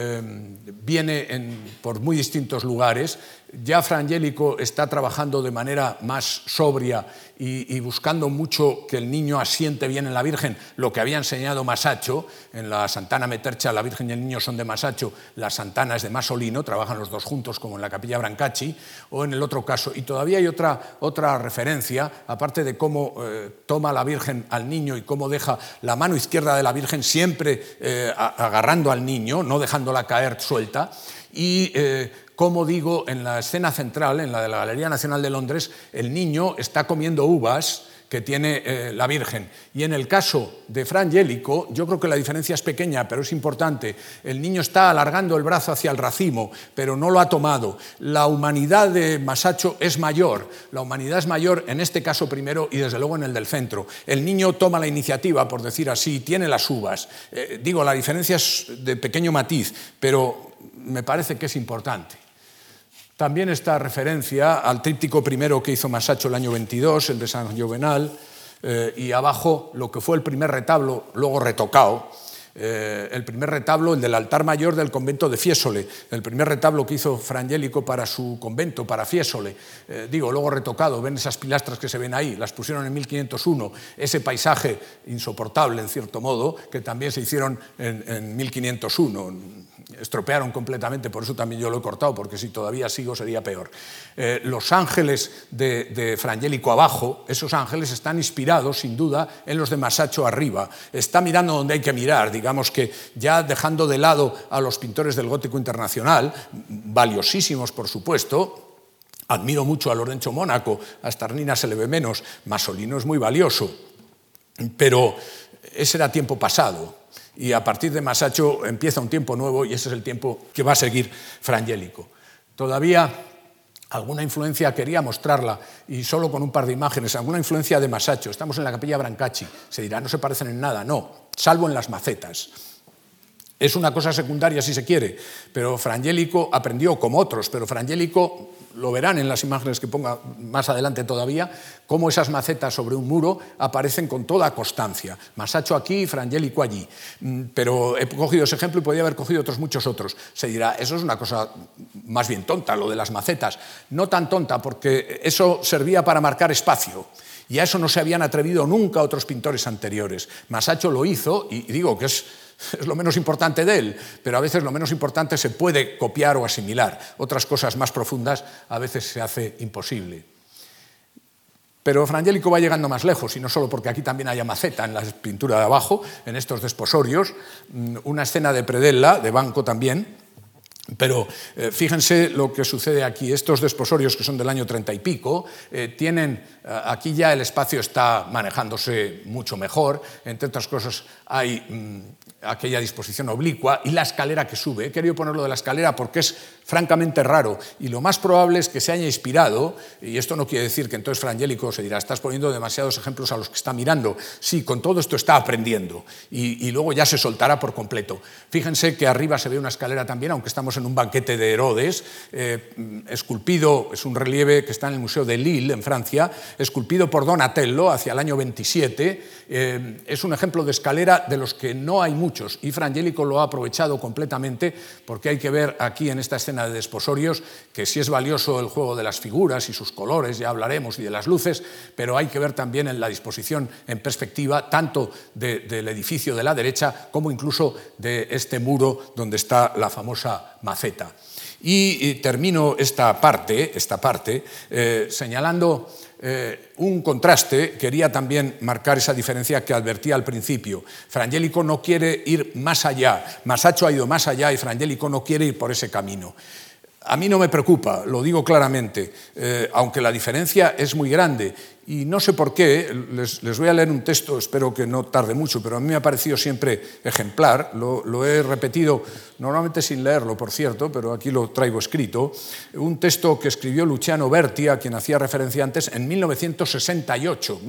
viene por muy distintos lugares. Ya Fra Angelico está trabajando de manera más sobria y buscando mucho que el niño asiente bien en la Virgen, lo que había enseñado Masaccio. En la Sant'Anna Metercha la Virgen y el niño son de Masaccio, la Sant'Anna es de Masolino, trabajan los dos juntos como en la Capilla Brancacci, o en el otro caso. Y todavía hay otra referencia, aparte de cómo toma la Virgen al niño y cómo deja la mano izquierda de la Virgen siempre agarrando al niño, no dejándola caer suelta, y como digo, en la escena central, en la de la Galería Nacional de Londres, el niño está comiendo uvas que tiene la Virgen. Y en el caso de Fra Angelico, yo creo que la diferencia es pequeña, pero es importante. El niño está alargando el brazo hacia el racimo, pero no lo ha tomado. La humanidad de Masaccio es mayor. La humanidad es mayor en este caso primero y desde luego en el del centro. El niño toma la iniciativa, por decir así, tiene las uvas. Digo, la diferencia es de pequeño matiz, pero me parece que es importante. También esta referencia al tríptico primero que hizo Masaccio el año 22, el de San Giovenal, y abajo lo que fue el primer retablo, luego retocado, el primer retablo, el del altar mayor del convento de Fiesole, el primer retablo que hizo Fra Angelico para su convento, para Fiesole, luego retocado. Ven esas pilastras que se ven ahí, las pusieron en 1501, ese paisaje insoportable en cierto modo, que también se hicieron en 1501, estropearon completamente, por eso también yo lo he cortado, porque si todavía sigo sería peor. Los ángeles de Fra Angelico abajo, esos ángeles están inspirados sin duda en los de Masaccio arriba, está mirando donde hay que mirar, digamos que ya dejando de lado a los pintores del gótico internacional, valiosísimos por supuesto. Admiro mucho a Lorenzo Mónaco, a Starnina se le ve menos, Masolino es muy valioso, pero ese era tiempo pasado. Y a partir de Masaccio empieza un tiempo nuevo y ese es el tiempo que va a seguir Fra Angelico. Todavía alguna influencia, quería mostrarla, y solo con un par de imágenes, alguna influencia de Masaccio. Estamos en la Capilla Brancacci, se dirá, no se parecen en nada, no, salvo en las macetas. Es una cosa secundaria si se quiere, pero Fra Angelico aprendió como otros, pero Fra Angelico, lo verán en las imágenes que ponga más adelante todavía, cómo esas macetas sobre un muro aparecen con toda constancia. Masaccio aquí, Fra Angelico allí. Pero he cogido ese ejemplo y podría haber cogido muchos otros. Se dirá, eso es una cosa más bien tonta, lo de las macetas. No tan tonta, porque eso servía para marcar espacio. Y a eso no se habían atrevido nunca otros pintores anteriores. Masaccio lo hizo, y digo que es lo menos importante de él, pero a veces lo menos importante se puede copiar o asimilar. Otras cosas más profundas a veces se hace imposible. Pero Fra Angelico va llegando más lejos, y no solo porque aquí también haya maceta en la pintura de abajo, en estos desposorios, una escena de predella, de banco también, pero fíjense lo que sucede aquí. Estos desposorios, que son del año 30 y pico, tienen, aquí ya el espacio está manejándose mucho mejor, entre otras cosas hay aquella disposición oblicua y la escalera que sube. He querido ponerlo de la escalera porque es francamente raro, y lo más probable es que se haya inspirado, y esto no quiere decir que entonces Fra Angelico se dirá, estás poniendo demasiados ejemplos a los que está mirando. Sí, con todo esto está aprendiendo, y luego ya se soltará por completo. Fíjense que arriba se ve una escalera también, aunque estamos en un banquete de Herodes, esculpido, es un relieve que está en el Museo de Lille, en Francia, esculpido por Donatello hacia el año 27, es un ejemplo de escalera de los que no hay muchos, y Fra Angelico lo ha aprovechado completamente, porque hay que ver aquí en esta escena de desposorios que sí es valioso el juego de las figuras y sus colores, ya hablaremos, y de las luces, pero hay que ver también en la disposición en perspectiva tanto del edificio de la derecha como incluso de este muro donde está la famosa maceta. Y termino esta parte señalando un contraste. Quería también marcar esa diferencia que advertía al principio. Fra Angelico no quiere ir más allá. Masaccio ha ido más allá y Fra Angelico no quiere ir por ese camino. A mí no me preocupa, lo digo claramente, aunque la diferencia es muy grande. Y no sé por qué, les voy a leer un texto, espero que no tarde mucho, pero a mí me ha parecido siempre ejemplar, lo he repetido, normalmente sin leerlo, por cierto, pero aquí lo traigo escrito, un texto que escribió Luciano Berti, a quien hacía referencia antes, en 1968.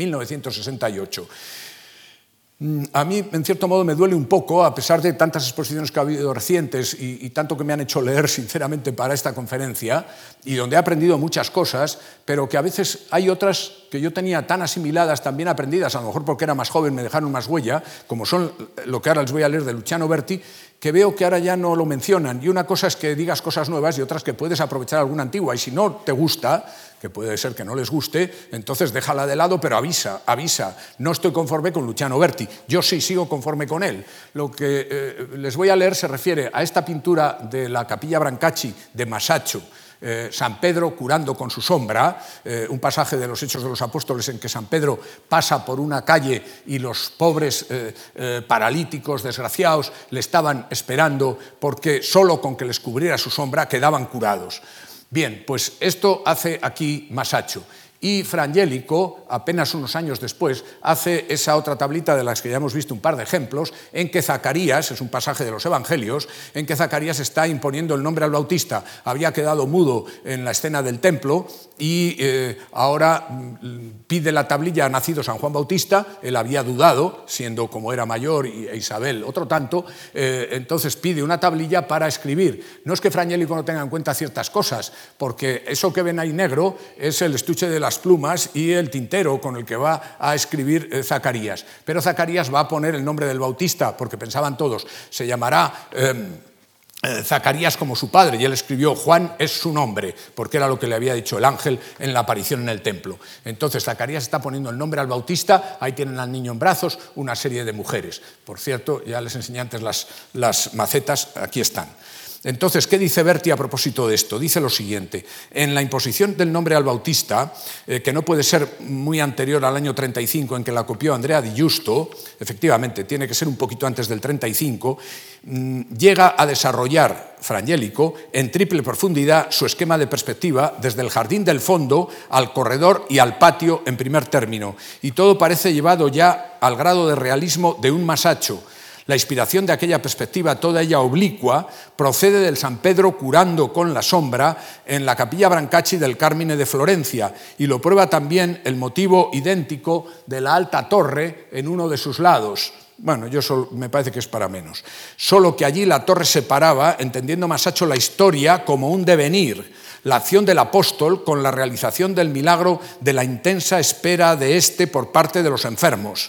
A mí, en cierto modo, me duele un poco, a pesar de tantas exposiciones que ha habido recientes y tanto que me han hecho leer, sinceramente, para esta conferencia, y donde he aprendido muchas cosas, pero que a veces hay otras que yo tenía tan asimiladas, tan bien aprendidas, a lo mejor porque era más joven, me dejaron más huella, como son lo que ahora les voy a leer de Luciano Berti, que veo que ahora ya no lo mencionan. Y una cosa es que digas cosas nuevas y otras que puedes aprovechar alguna antigua. Y si no te gusta, que puede ser que no les guste, entonces déjala de lado, pero avisa. No estoy conforme con Luciano Berti. Yo sí sigo conforme con él. Lo que les voy a leer se refiere a esta pintura de la Capilla Brancacci de Masaccio, San Pedro curando con su sombra, un pasaje de los Hechos de los Apóstoles en que San Pedro pasa por una calle y los pobres paralíticos, desgraciados, le estaban esperando porque solo con que les cubriera su sombra quedaban curados. Bien, pues esto hace aquí Masaccio. Y Fra Angelico, apenas unos años después, hace esa otra tablita de las que ya hemos visto un par de ejemplos, en que Zacarías, es un pasaje de los Evangelios, en que Zacarías está imponiendo el nombre al Bautista. Había quedado mudo en la escena del templo y ahora pide la tablilla, ha nacido San Juan Bautista, él había dudado, siendo como era mayor e Isabel otro tanto, entonces pide una tablilla para escribir. No es que Fra Angelico no tenga en cuenta ciertas cosas, porque eso que ven ahí negro es el estuche de las plumas y el tintero con el que va a escribir Zacarías. Pero Zacarías va a poner el nombre del Bautista, porque pensaban todos, se llamará Zacarías como su padre, y él escribió Juan es su nombre, porque era lo que le había dicho el ángel en la aparición en el templo. Entonces Zacarías está poniendo el nombre al Bautista, ahí tienen al niño en brazos, una serie de mujeres. Por cierto, ya les enseñé antes las macetas, aquí están. Entonces, ¿qué dice Berti a propósito de esto? Dice lo siguiente: en la imposición del nombre al Bautista, que no puede ser muy anterior al año 35 en que la copió Andrea di Giusto, efectivamente, tiene que ser un poquito antes del 35, llega a desarrollar Fra Angelico en triple profundidad su esquema de perspectiva desde el jardín del fondo al corredor y al patio en primer término, y todo parece llevado ya al grado de realismo de un Masaccio. La inspiración de aquella perspectiva, toda ella oblicua, procede del San Pedro curando con la sombra en la Capilla Brancacci del Carmine de Florencia, y lo prueba también el motivo idéntico de la alta torre en uno de sus lados. Bueno, me parece que es para menos. Solo que allí la torre separaba, entendiendo Masaccio la historia como un devenir, la acción del apóstol con la realización del milagro de la intensa espera de éste por parte de los enfermos.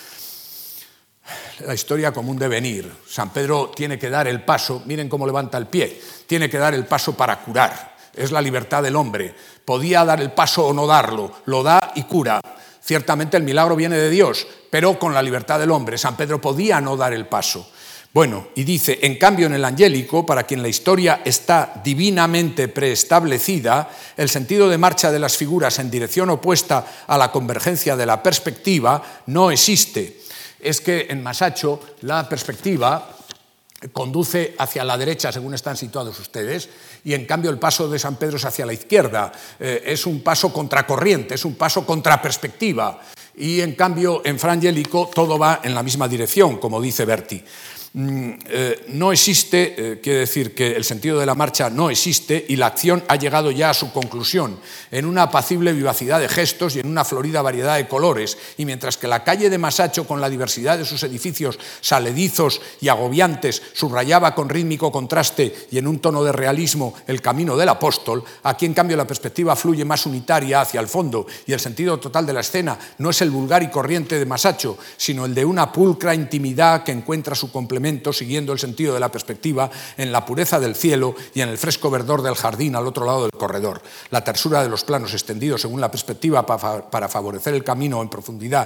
La historia como un devenir. San Pedro tiene que dar el paso, miren cómo levanta el pie, tiene que dar el paso para curar. Es la libertad del hombre. Podía dar el paso o no darlo, lo da y cura. Ciertamente el milagro viene de Dios, pero con la libertad del hombre. San Pedro podía no dar el paso. Bueno, y dice, en cambio en el Angélico, para quien la historia está divinamente preestablecida, el sentido de marcha de las figuras en dirección opuesta a la convergencia de la perspectiva no existe. Es que en Masaccio la perspectiva conduce hacia la derecha, según están situados ustedes, y en cambio el paso de San Pedro es hacia la izquierda. Es un paso contracorriente, es un paso contra perspectiva. Y en cambio en Fra Angelico todo va en la misma dirección, como dice Berti. No existe, quiere decir que el sentido de la marcha no existe y la acción ha llegado ya a su conclusión, en una apacible vivacidad de gestos y en una florida variedad de colores, y mientras que la calle de Masaccio, con la diversidad de sus edificios saledizos y agobiantes, subrayaba con rítmico contraste y en un tono de realismo el camino del apóstol, aquí en cambio la perspectiva fluye más unitaria hacia el fondo y el sentido total de la escena no es el vulgar y corriente de Masaccio, sino el de una pulcra intimidad que encuentra su complemento siguiendo el sentido de la perspectiva en la pureza del cielo y en el fresco verdor del jardín al otro lado del corredor. La tersura de los planos extendidos según la perspectiva para favorecer el camino en profundidad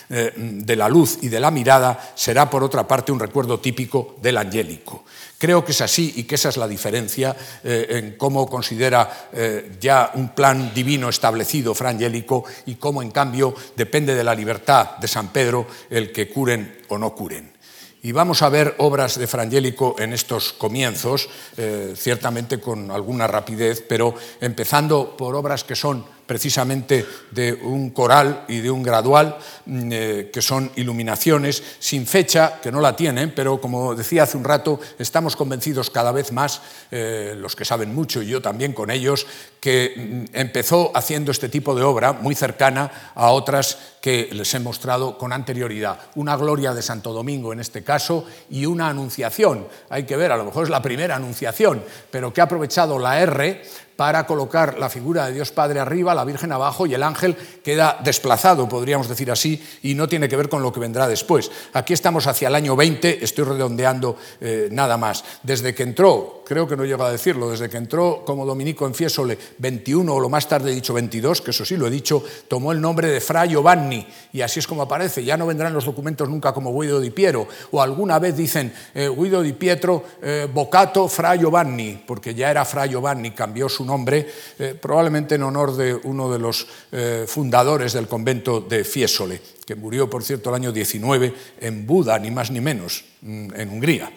de la luz y de la mirada será por otra parte un recuerdo típico del Angélico. Creo que es así y que esa es la diferencia en cómo considera ya un plan divino establecido Fra Angelico y cómo en cambio depende de la libertad de San Pedro el que curen o no curen. Y vamos a ver obras de Fra Angelico en estos comienzos, ciertamente con alguna rapidez, pero empezando por obras que son precisamente de un coral y de un gradual, que son iluminaciones sin fecha, que no la tienen, pero como decía hace un rato, estamos convencidos cada vez más, los que saben mucho y yo también con ellos, que empezó haciendo este tipo de obra muy cercana a otras que les he mostrado con anterioridad. Una Gloria de Santo Domingo en este caso y una Anunciación. Hay que ver, a lo mejor es la primera Anunciación, pero que ha aprovechado la R para colocar la figura de Dios Padre arriba, la Virgen abajo y el ángel queda desplazado, podríamos decir así, y no tiene que ver con lo que vendrá después. Aquí estamos hacia el año 20, estoy redondeando nada más. Desde que entró, creo que no llego a decirlo, desde que entró como dominico en Fiesole 21 o lo más tarde he dicho 22, que eso sí lo he dicho, tomó el nombre de Fra Giovanni y así es como aparece. Ya no vendrán los documentos nunca como Guido di Piero o alguna vez dicen Guido di Pietro Boccato Fra Giovanni, porque ya era Fra Giovanni, cambió su nombre, probablemente en honor de uno de los fundadores del convento de Fiesole, que murió, por cierto, el año 19 en Buda, ni más ni menos, en Hungría.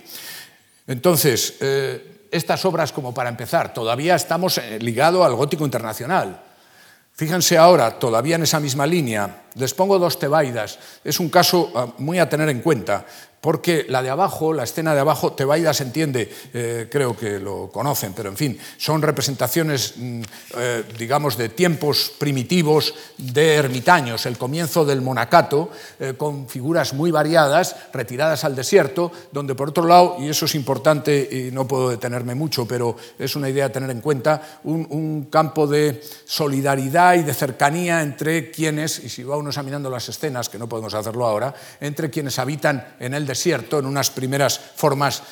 Entonces, estas obras, como para empezar, todavía estamos ligados al gótico internacional. Fíjense ahora, todavía en esa misma línea, les pongo dos Tebaidas. Es un caso muy a tener en cuenta, porque la de abajo, la escena de abajo, Tebaida se entiende, creo que lo conocen, pero en fin, son representaciones, digamos, de tiempos primitivos de ermitaños, el comienzo del monacato, con figuras muy variadas, retiradas al desierto, donde por otro lado, y eso es importante y no puedo detenerme mucho, pero es una idea a tener en cuenta, un campo de solidaridad y de cercanía entre quienes, y si va uno examinando las escenas, que no podemos hacerlo ahora, entre quienes habitan en el desierto, en unas primeras formas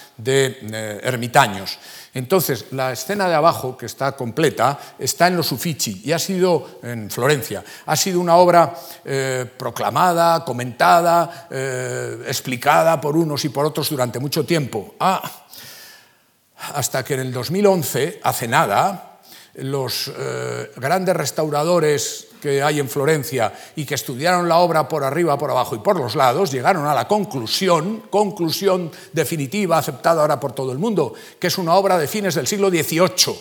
de ermitaños. Entonces, la escena de abajo, que está completa, está en los Uffizi y ha sido, en Florencia, ha sido una obra proclamada, comentada, explicada por unos y por otros durante mucho tiempo. Hasta que en el 2011, hace nada, los grandes restauradores que hay en Florencia y que estudiaron la obra por arriba, por abajo y por los lados, llegaron a la conclusión definitiva, aceptada ahora por todo el mundo, que es una obra de fines del siglo XVIII,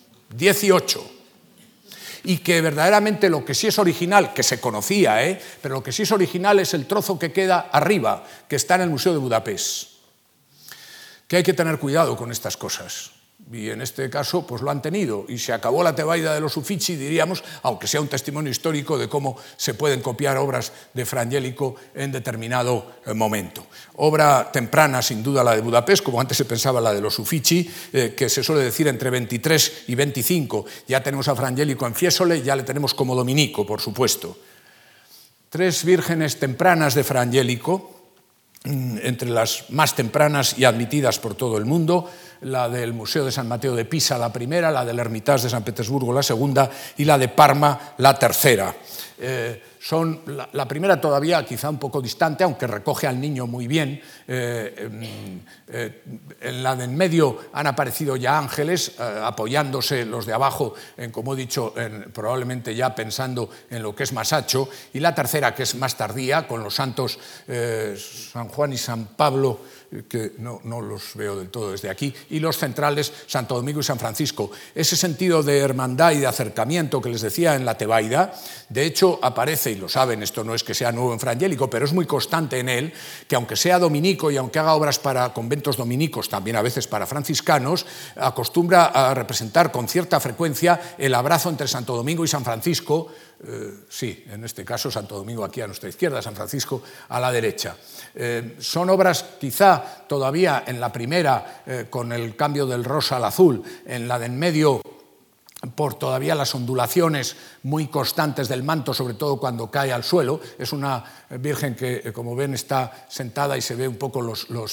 y que verdaderamente lo que sí es original, que se conocía, pero lo que sí es original es el trozo que queda arriba, que está en el Museo de Budapest, que hay que tener cuidado con estas cosas. Y en este caso pues lo han tenido y se acabó la Tebaida de los Uffizi, diríamos, aunque sea un testimonio histórico de cómo se pueden copiar obras de Fra Angelico en determinado momento. Obra temprana, sin duda, la de Budapest, como antes se pensaba la de los Uffizi, que se suele decir entre 23 y 25. Ya tenemos a Fra Angelico en Fiesole, ya le tenemos como dominico, por supuesto. Tres vírgenes tempranas de Fra Angelico, entre las más tempranas y admitidas por todo el mundo, la del Museo de San Mateo de Pisa, la primera, la del Hermitage de San Petersburgo, la segunda, y la de Parma, la tercera. son la primera todavía quizá un poco distante, aunque recoge al niño muy bien. En la de en medio han aparecido ya ángeles, apoyándose los de abajo, como he dicho, probablemente ya pensando en lo que es Masaccio, y la tercera, que es más tardía, con los santos San Juan y San Pablo, que no los veo del todo desde aquí, y los centrales, Santo Domingo y San Francisco. Ese sentido de hermandad y de acercamiento que les decía en la Tebaida, de hecho aparece, y lo saben, esto no es que sea nuevo en Fra Angelico, pero es muy constante en él, que aunque sea dominico y aunque haga obras para conventos dominicos, también a veces para franciscanos, acostumbra a representar con cierta frecuencia el abrazo entre Santo Domingo y San Francisco. Sí, en este caso Santo Domingo aquí a nuestra izquierda, San Francisco a la derecha. Son obras quizá todavía en la primera con el cambio del rosa al azul, en la de en medio por todavía las ondulaciones muy constantes del manto, sobre todo cuando cae al suelo. Es una Virgen que, como ven, está sentada y se ve un poco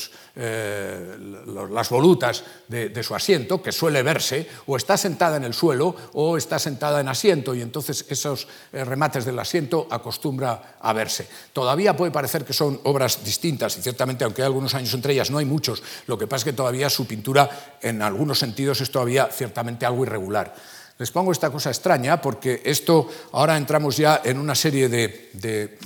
las volutas de su asiento, que suele verse, o está sentada en el suelo o está sentada en asiento, y entonces esos remates del asiento acostumbra a verse. Todavía puede parecer que son obras distintas, y ciertamente, aunque hay algunos años entre ellas, no hay muchos. Lo que pasa es que todavía su pintura, en algunos sentidos, es todavía ciertamente algo irregular. Les pongo esta cosa extraña porque esto, ahora entramos ya en una serie de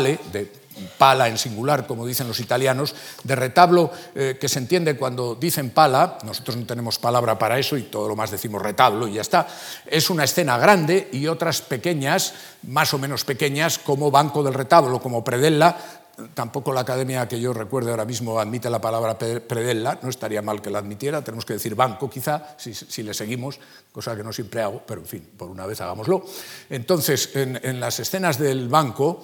pala en singular, como dicen los italianos, de retablo que se entiende cuando dicen pala. Nosotros no tenemos palabra para eso y todo lo más decimos retablo y ya está. Es una escena grande y otras pequeñas, más o menos pequeñas, como banco del retablo, como predella. Tampoco la academia que yo recuerde ahora mismo admite la palabra predella, no estaría mal que la admitiera, tenemos que decir banco quizá, si le seguimos, cosa que no siempre hago, pero en fin, por una vez hagámoslo. Entonces, en las escenas del banco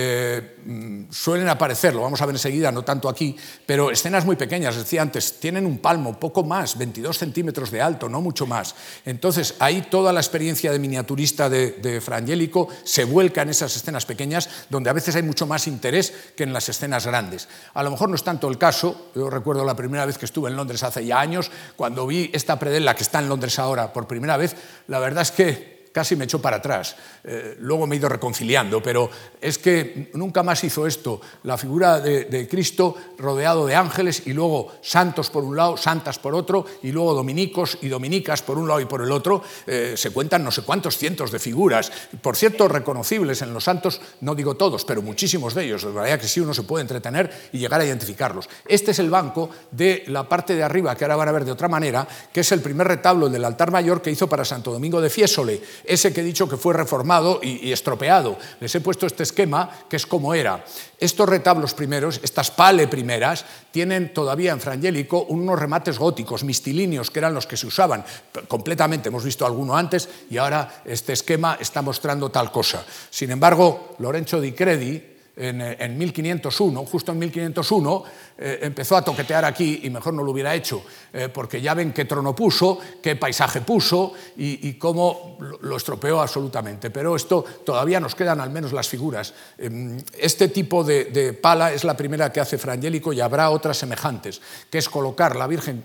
suelen aparecer, lo vamos a ver enseguida, no tanto aquí, pero escenas muy pequeñas, decía antes, tienen un palmo, poco más, 22 centímetros de alto, no mucho más. Entonces, ahí toda la experiencia de miniaturista de Fra Angelico se vuelca en esas escenas pequeñas, donde a veces hay mucho más interés que en las escenas grandes. A lo mejor no es tanto el caso. Yo recuerdo la primera vez que estuve en Londres hace ya años, cuando vi esta predella que está en Londres ahora por primera vez, la verdad es que casi me echó para atrás. Luego me he ido reconciliando, pero es que nunca más hizo esto. La figura de Cristo rodeado de ángeles y luego santos por un lado, santas por otro, y luego dominicos y dominicas por un lado y por el otro. Se cuentan no sé cuántos cientos de figuras, por cierto, reconocibles en los santos, no digo todos, pero muchísimos de ellos, de manera que sí uno se puede entretener y llegar a identificarlos. Este es el banco de la parte de arriba, que ahora van a ver de otra manera, que es el primer retablo del altar mayor que hizo para Santo Domingo de Fiesole, ese que he dicho que fue reformado y estropeado. Les he puesto este esquema, que es como era. Estos retablos primeros, estas pale primeras, tienen todavía en Fra Angelico unos remates góticos, mistilíneos, que eran los que se usaban completamente. Hemos visto alguno antes y ahora este esquema está mostrando tal cosa. Sin embargo, Lorenzo di Credi, en 1501, justo en 1501, empezó a toquetear aquí, y mejor no lo hubiera hecho, porque ya ven qué trono puso, qué paisaje puso y cómo lo estropeó absolutamente. Pero esto todavía nos quedan al menos las figuras. Este tipo de pala es la primera que hace Fra Angelico, y habrá otras semejantes, que es colocar la Virgen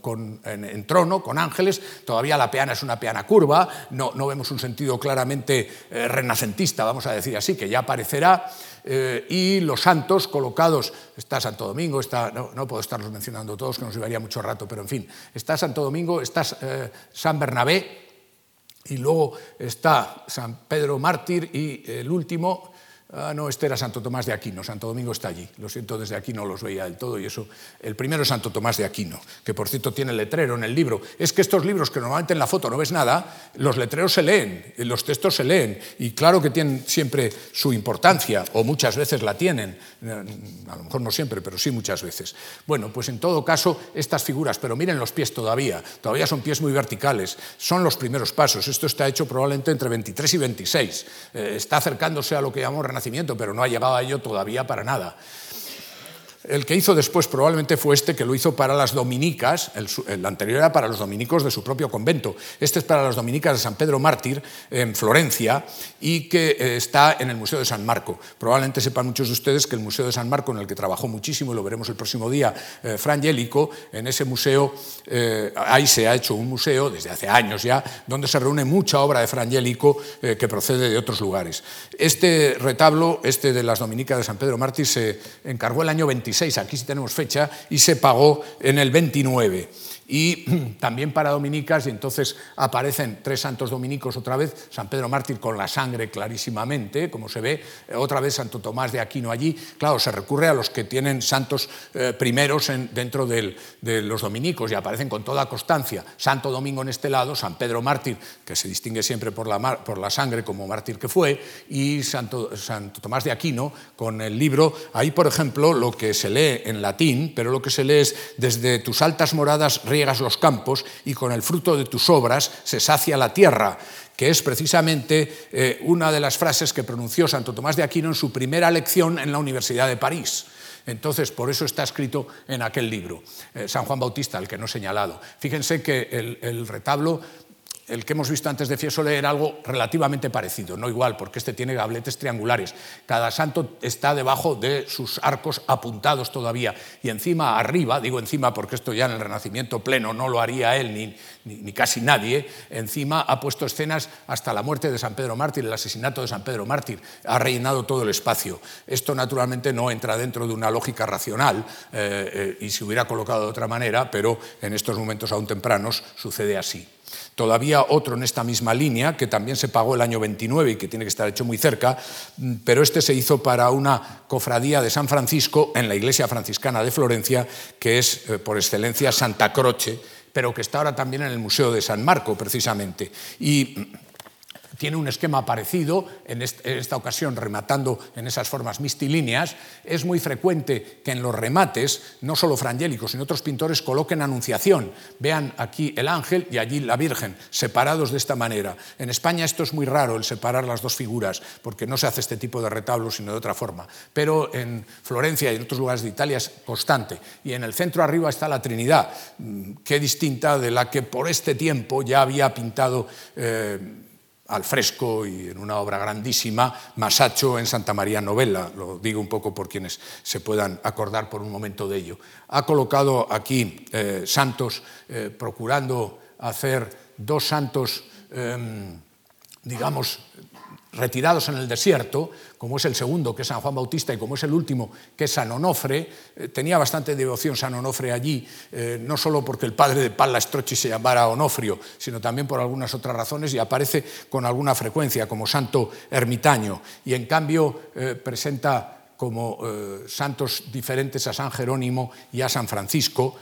en trono, con ángeles. Todavía la peana es una peana curva, no vemos un sentido claramente renacentista, vamos a decir así, que ya aparecerá. Y los santos colocados, está Santo Domingo, no puedo estarlos mencionando todos, que nos llevaría mucho rato, pero en fin, está Santo Domingo, está San Bernabé, y luego está San Pedro Mártir, y el último, no, este era Santo Tomás de Aquino. Santo Domingo está allí, lo siento, desde aquí no los veía del todo, y eso, el primero es Santo Tomás de Aquino, que por cierto tiene el letrero en el libro. Es que estos libros, que normalmente en la foto no ves nada, los letreros se leen, los textos se leen, y claro que tienen siempre su importancia, o muchas veces la tienen, a lo mejor no siempre, pero sí muchas veces. Bueno, pues en todo caso, estas figuras, pero miren los pies todavía son pies muy verticales, son los primeros pasos. Esto está hecho probablemente entre 23 y 26, está acercándose a lo que llamamos Renacimiento, pero no ha llegado a ello todavía para nada. El que hizo después probablemente fue este, que lo hizo para las dominicas, el anterior era para los dominicos de su propio convento. Este es para las dominicas de San Pedro Mártir, en Florencia, y que está en el Museo de San Marco. Probablemente sepan muchos de ustedes que el Museo de San Marco, en el que trabajó muchísimo, y lo veremos el próximo día, Fra Angelico, en ese museo, ahí se ha hecho un museo, desde hace años ya, donde se reúne mucha obra de Fra Angelico que procede de otros lugares. Este retablo, este de las dominicas de San Pedro Mártir, se encargó el año 26, aquí sí tenemos fecha, y se pagó en el 29. Y también para dominicas, y entonces aparecen 3 santos dominicos otra vez, San Pedro Mártir con la sangre clarísimamente, como se ve, otra vez Santo Tomás de Aquino allí. Claro, se recurre a los que tienen santos primeros dentro de los dominicos, y aparecen con toda constancia. Santo Domingo en este lado, San Pedro Mártir, que se distingue siempre por la sangre como mártir que fue, y Santo Tomás de Aquino con el libro. Ahí, por ejemplo, lo que se lee en latín, pero lo que se lee es: desde tus altas moradas riegas los campos y con el fruto de tus obras se sacia la tierra, que es precisamente una de las frases que pronunció Santo Tomás de Aquino en su primera lección en la Universidad de París. Entonces, por eso está escrito en aquel libro, San Juan Bautista, el que no he señalado. Fíjense que el retablo, el que hemos visto antes de Fiesole, era algo relativamente parecido, no igual, porque este tiene gabletes triangulares. Cada santo está debajo de sus arcos apuntados todavía, y encima, arriba, digo encima porque esto ya en el Renacimiento pleno no lo haría él ni casi nadie, encima ha puesto escenas hasta la muerte de San Pedro Mártir, el asesinato de San Pedro Mártir, ha rellenado todo el espacio. Esto naturalmente no entra dentro de una lógica racional y se hubiera colocado de otra manera, pero en estos momentos aún tempranos sucede así. Todavía otro en esta misma línea, que también se pagó el año 29 y que tiene que estar hecho muy cerca, pero este se hizo para una cofradía de San Francisco en la iglesia franciscana de Florencia, que es por excelencia Santa Croce, pero que está ahora también en el Museo de San Marco, precisamente. Y tiene un esquema parecido, en esta ocasión rematando en esas formas mistilíneas. Es muy frecuente que en los remates, no solo Fra Angelico, sino otros pintores coloquen Anunciación. Vean aquí el ángel y allí la Virgen, separados de esta manera. En España esto es muy raro, el separar las dos figuras, porque no se hace este tipo de retablos, sino de otra forma. Pero en Florencia y en otros lugares de Italia es constante. Y en el centro arriba está la Trinidad, que distinta de la que por este tiempo ya había pintado al fresco y en una obra grandísima, Masaccio en Santa María Novella. Lo digo un poco por quienes se puedan acordar por un momento de ello. Ha colocado aquí santos, procurando hacer 2 santos, digamos, retirados en el desierto, como es el segundo, que es San Juan Bautista, y como es el último, que es San Onofre. Tenía bastante devoción San Onofre allí, no solo porque el padre de Palla Strozzi se llamara Onofrio, sino también por algunas otras razones, y aparece con alguna frecuencia como santo ermitaño, y en cambio presenta como santos diferentes a San Jerónimo y a San Francisco,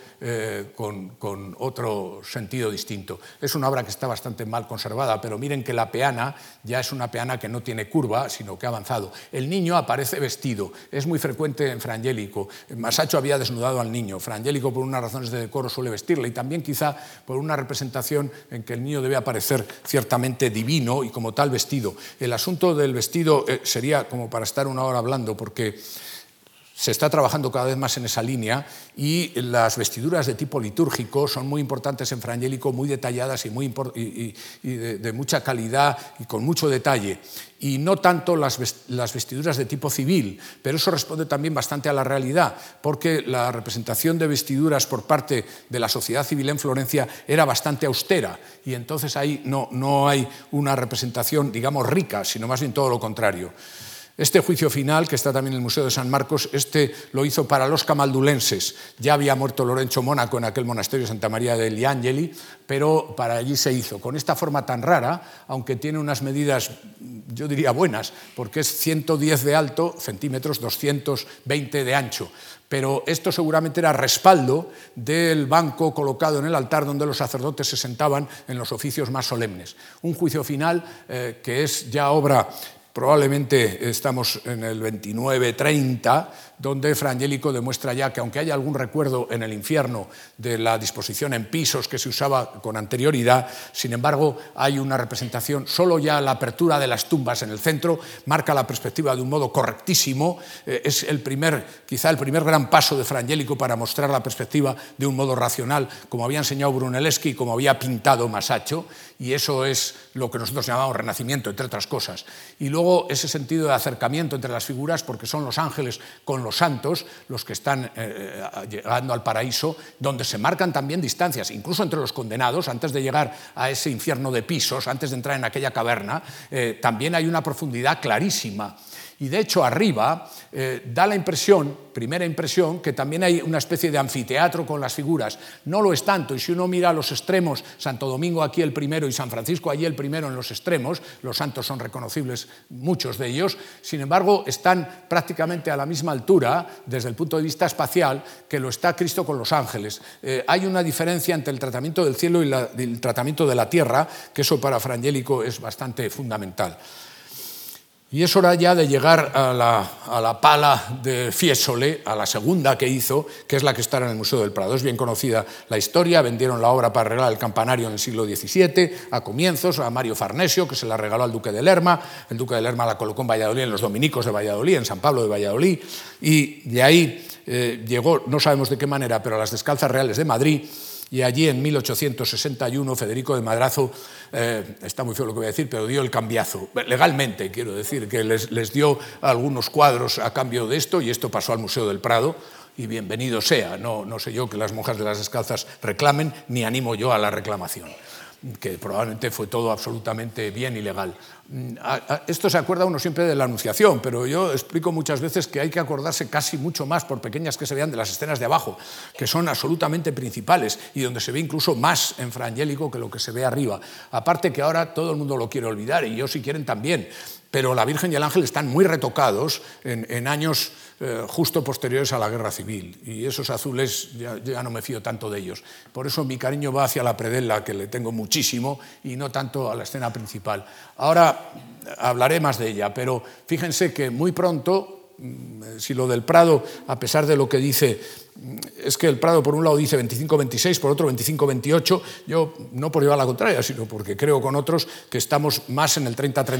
con otro sentido distinto. Es una obra que está bastante mal conservada, pero miren que la peana ya es una peana que no tiene curva, sino que ha avanzado. El niño aparece vestido, es muy frecuente en Fra Angelico. Masaccio había desnudado al niño. Fra Angelico, por unas razones de decoro, suele vestirle, y también quizá por una representación en que el niño debe aparecer ciertamente divino y como tal vestido. El asunto del vestido sería como para estar una hora hablando, porque se está trabajando cada vez más en esa línea, y las vestiduras de tipo litúrgico son muy importantes en Fra Angelico, muy detalladas y de mucha calidad y con mucho detalle. Y no tanto las vestiduras de tipo civil, pero eso responde también bastante a la realidad, porque la representación de vestiduras por parte de la sociedad civil en Florencia era bastante austera, y entonces ahí no hay una representación, digamos, rica, sino más bien todo lo contrario. Este juicio final, que está también en el Museo de San Marcos, este lo hizo para los camaldulenses. Ya había muerto Lorenzo Mónaco en aquel monasterio de Santa María degli Angeli, pero para allí se hizo. Con esta forma tan rara, aunque tiene unas medidas, yo diría buenas, porque es 110 de alto, centímetros, 220 de ancho. Pero esto seguramente era respaldo del banco colocado en el altar donde los sacerdotes se sentaban en los oficios más solemnes. Un juicio final que es ya obra probablemente estamos en el 29-30, donde Fra Angelico demuestra ya que aunque haya algún recuerdo en el infierno de la disposición en pisos que se usaba con anterioridad, sin embargo hay una representación, solo ya la apertura de las tumbas en el centro marca la perspectiva de un modo correctísimo, es quizá el primer gran paso de Fra Angelico para mostrar la perspectiva de un modo racional, como había enseñado Brunelleschi y como había pintado Masaccio, y eso es lo que nosotros llamamos Renacimiento, entre otras cosas. Y luego ese sentido de acercamiento entre las figuras, porque son los ángeles con los santos los que están llegando al paraíso, donde se marcan también distancias, incluso entre los condenados, antes de llegar a ese infierno de pisos, antes de entrar en aquella caverna, también hay una profundidad clarísima. Y de hecho arriba da la primera impresión, que también hay una especie de anfiteatro con las figuras. No lo es tanto, y si uno mira los extremos, Santo Domingo aquí el primero y San Francisco allí el primero en los extremos, los santos son reconocibles, muchos de ellos, sin embargo están prácticamente a la misma altura desde el punto de vista espacial que lo está Cristo con los ángeles. Hay una diferencia entre el tratamiento del cielo y el tratamiento de la tierra, que eso para Fra Angelico es bastante fundamental. Y es hora ya de llegar a la pala de Fiesole, a la segunda que hizo, que es la que está en el Museo del Prado. Es bien conocida la historia, vendieron la obra para arreglar el campanario en el siglo XVII, a comienzos, a Mario Farnesio, que se la regaló al duque de Lerma. El duque de Lerma la colocó en Valladolid, en los dominicos de Valladolid, en San Pablo de Valladolid, y de ahí llegó, no sabemos de qué manera, pero a las Descalzas Reales de Madrid. Y allí en 1861 Federico de Madrazo, está muy feo lo que voy a decir, pero dio el cambiazo, legalmente quiero decir, que les dio algunos cuadros a cambio de esto, y esto pasó al Museo del Prado, y bienvenido sea. No sé yo que las monjas de las Descalzas reclamen, ni animo yo a la reclamación, que probablemente fue todo absolutamente bien y legal. Esto se acuerda uno siempre de la Anunciación, pero yo explico muchas veces que hay que acordarse casi mucho más, por pequeñas que se vean, de las escenas de abajo, que son absolutamente principales y donde se ve incluso más en Fra Angelico que lo que se ve arriba. Aparte que ahora todo el mundo lo quiere olvidar, y yo si quieren también, pero la Virgen y el Ángel están muy retocados en años justo posteriores a la Guerra Civil, y esos azules ya no me fío tanto de ellos. Por eso mi cariño va hacia la predela, que le tengo muchísimo, y no tanto a la escena principal. Ahora hablaré más de ella, pero fíjense que muy pronto, si lo del Prado, a pesar de lo que dice, es que el Prado por un lado dice 25-26, por otro 25-28, yo no por llevar la contraria, sino porque creo con otros que estamos más en el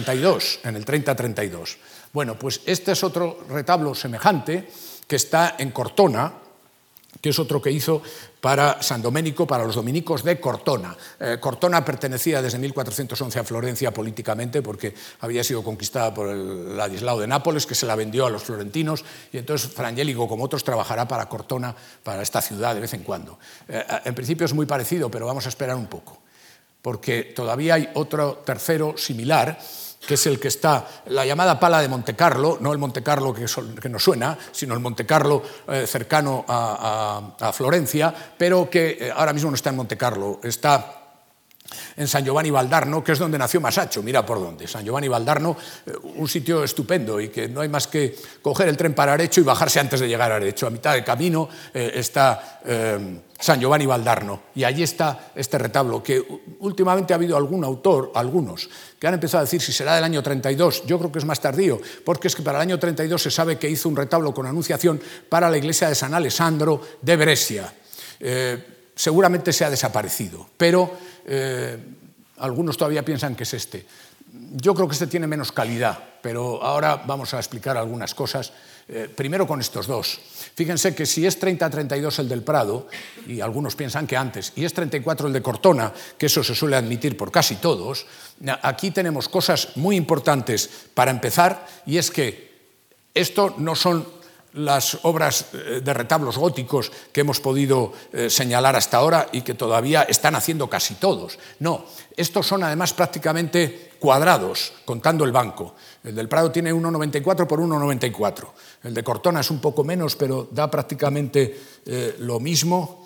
30-32, Bueno, pues este es otro retablo semejante que está en Cortona, que es otro que hizo para San Domenico, para los dominicos de Cortona. Cortona pertenecía desde 1411 a Florencia políticamente, porque había sido conquistada por el Ladislao de Nápoles, que se la vendió a los florentinos, y entonces Fra Angelico, como otros, trabajará para Cortona, para esta ciudad de vez en cuando. En principio es muy parecido, pero vamos a esperar un poco, porque todavía hay otro tercero similar, que es el que está, la llamada Pala de Montecarlo, no el Montecarlo que nos suena, sino el Montecarlo cercano a Florencia, pero que ahora mismo no está en Montecarlo, está en San Giovanni Valdarno, que es donde nació Masaccio, mira por dónde. San Giovanni Valdarno, un sitio estupendo, y que no hay más que coger el tren para Arecho y bajarse antes de llegar a Arecho. A mitad de camino está San Giovanni Valdarno, y allí está este retablo, que últimamente ha habido algunos, que han empezado a decir si será del año 32, yo creo que es más tardío, porque es que para el año 32 se sabe que hizo un retablo con Anunciación para la iglesia de San Alessandro de Brescia. Seguramente se ha desaparecido, pero algunos todavía piensan que es este. Yo creo que este tiene menos calidad, pero ahora vamos a explicar algunas cosas. Primero con estos dos. Fíjense que si es 30-32 el del Prado, y algunos piensan que antes, y es 34 el de Cortona, que eso se suele admitir por casi todos, aquí tenemos cosas muy importantes para empezar, y es que esto no son las obras de retablos góticos que hemos podido señalar hasta ahora y que todavía están haciendo casi todos. No, estos son además prácticamente cuadrados, contando el banco. El del Prado tiene 1,94 por 1,94. El de Cortona es un poco menos, pero da prácticamente lo mismo,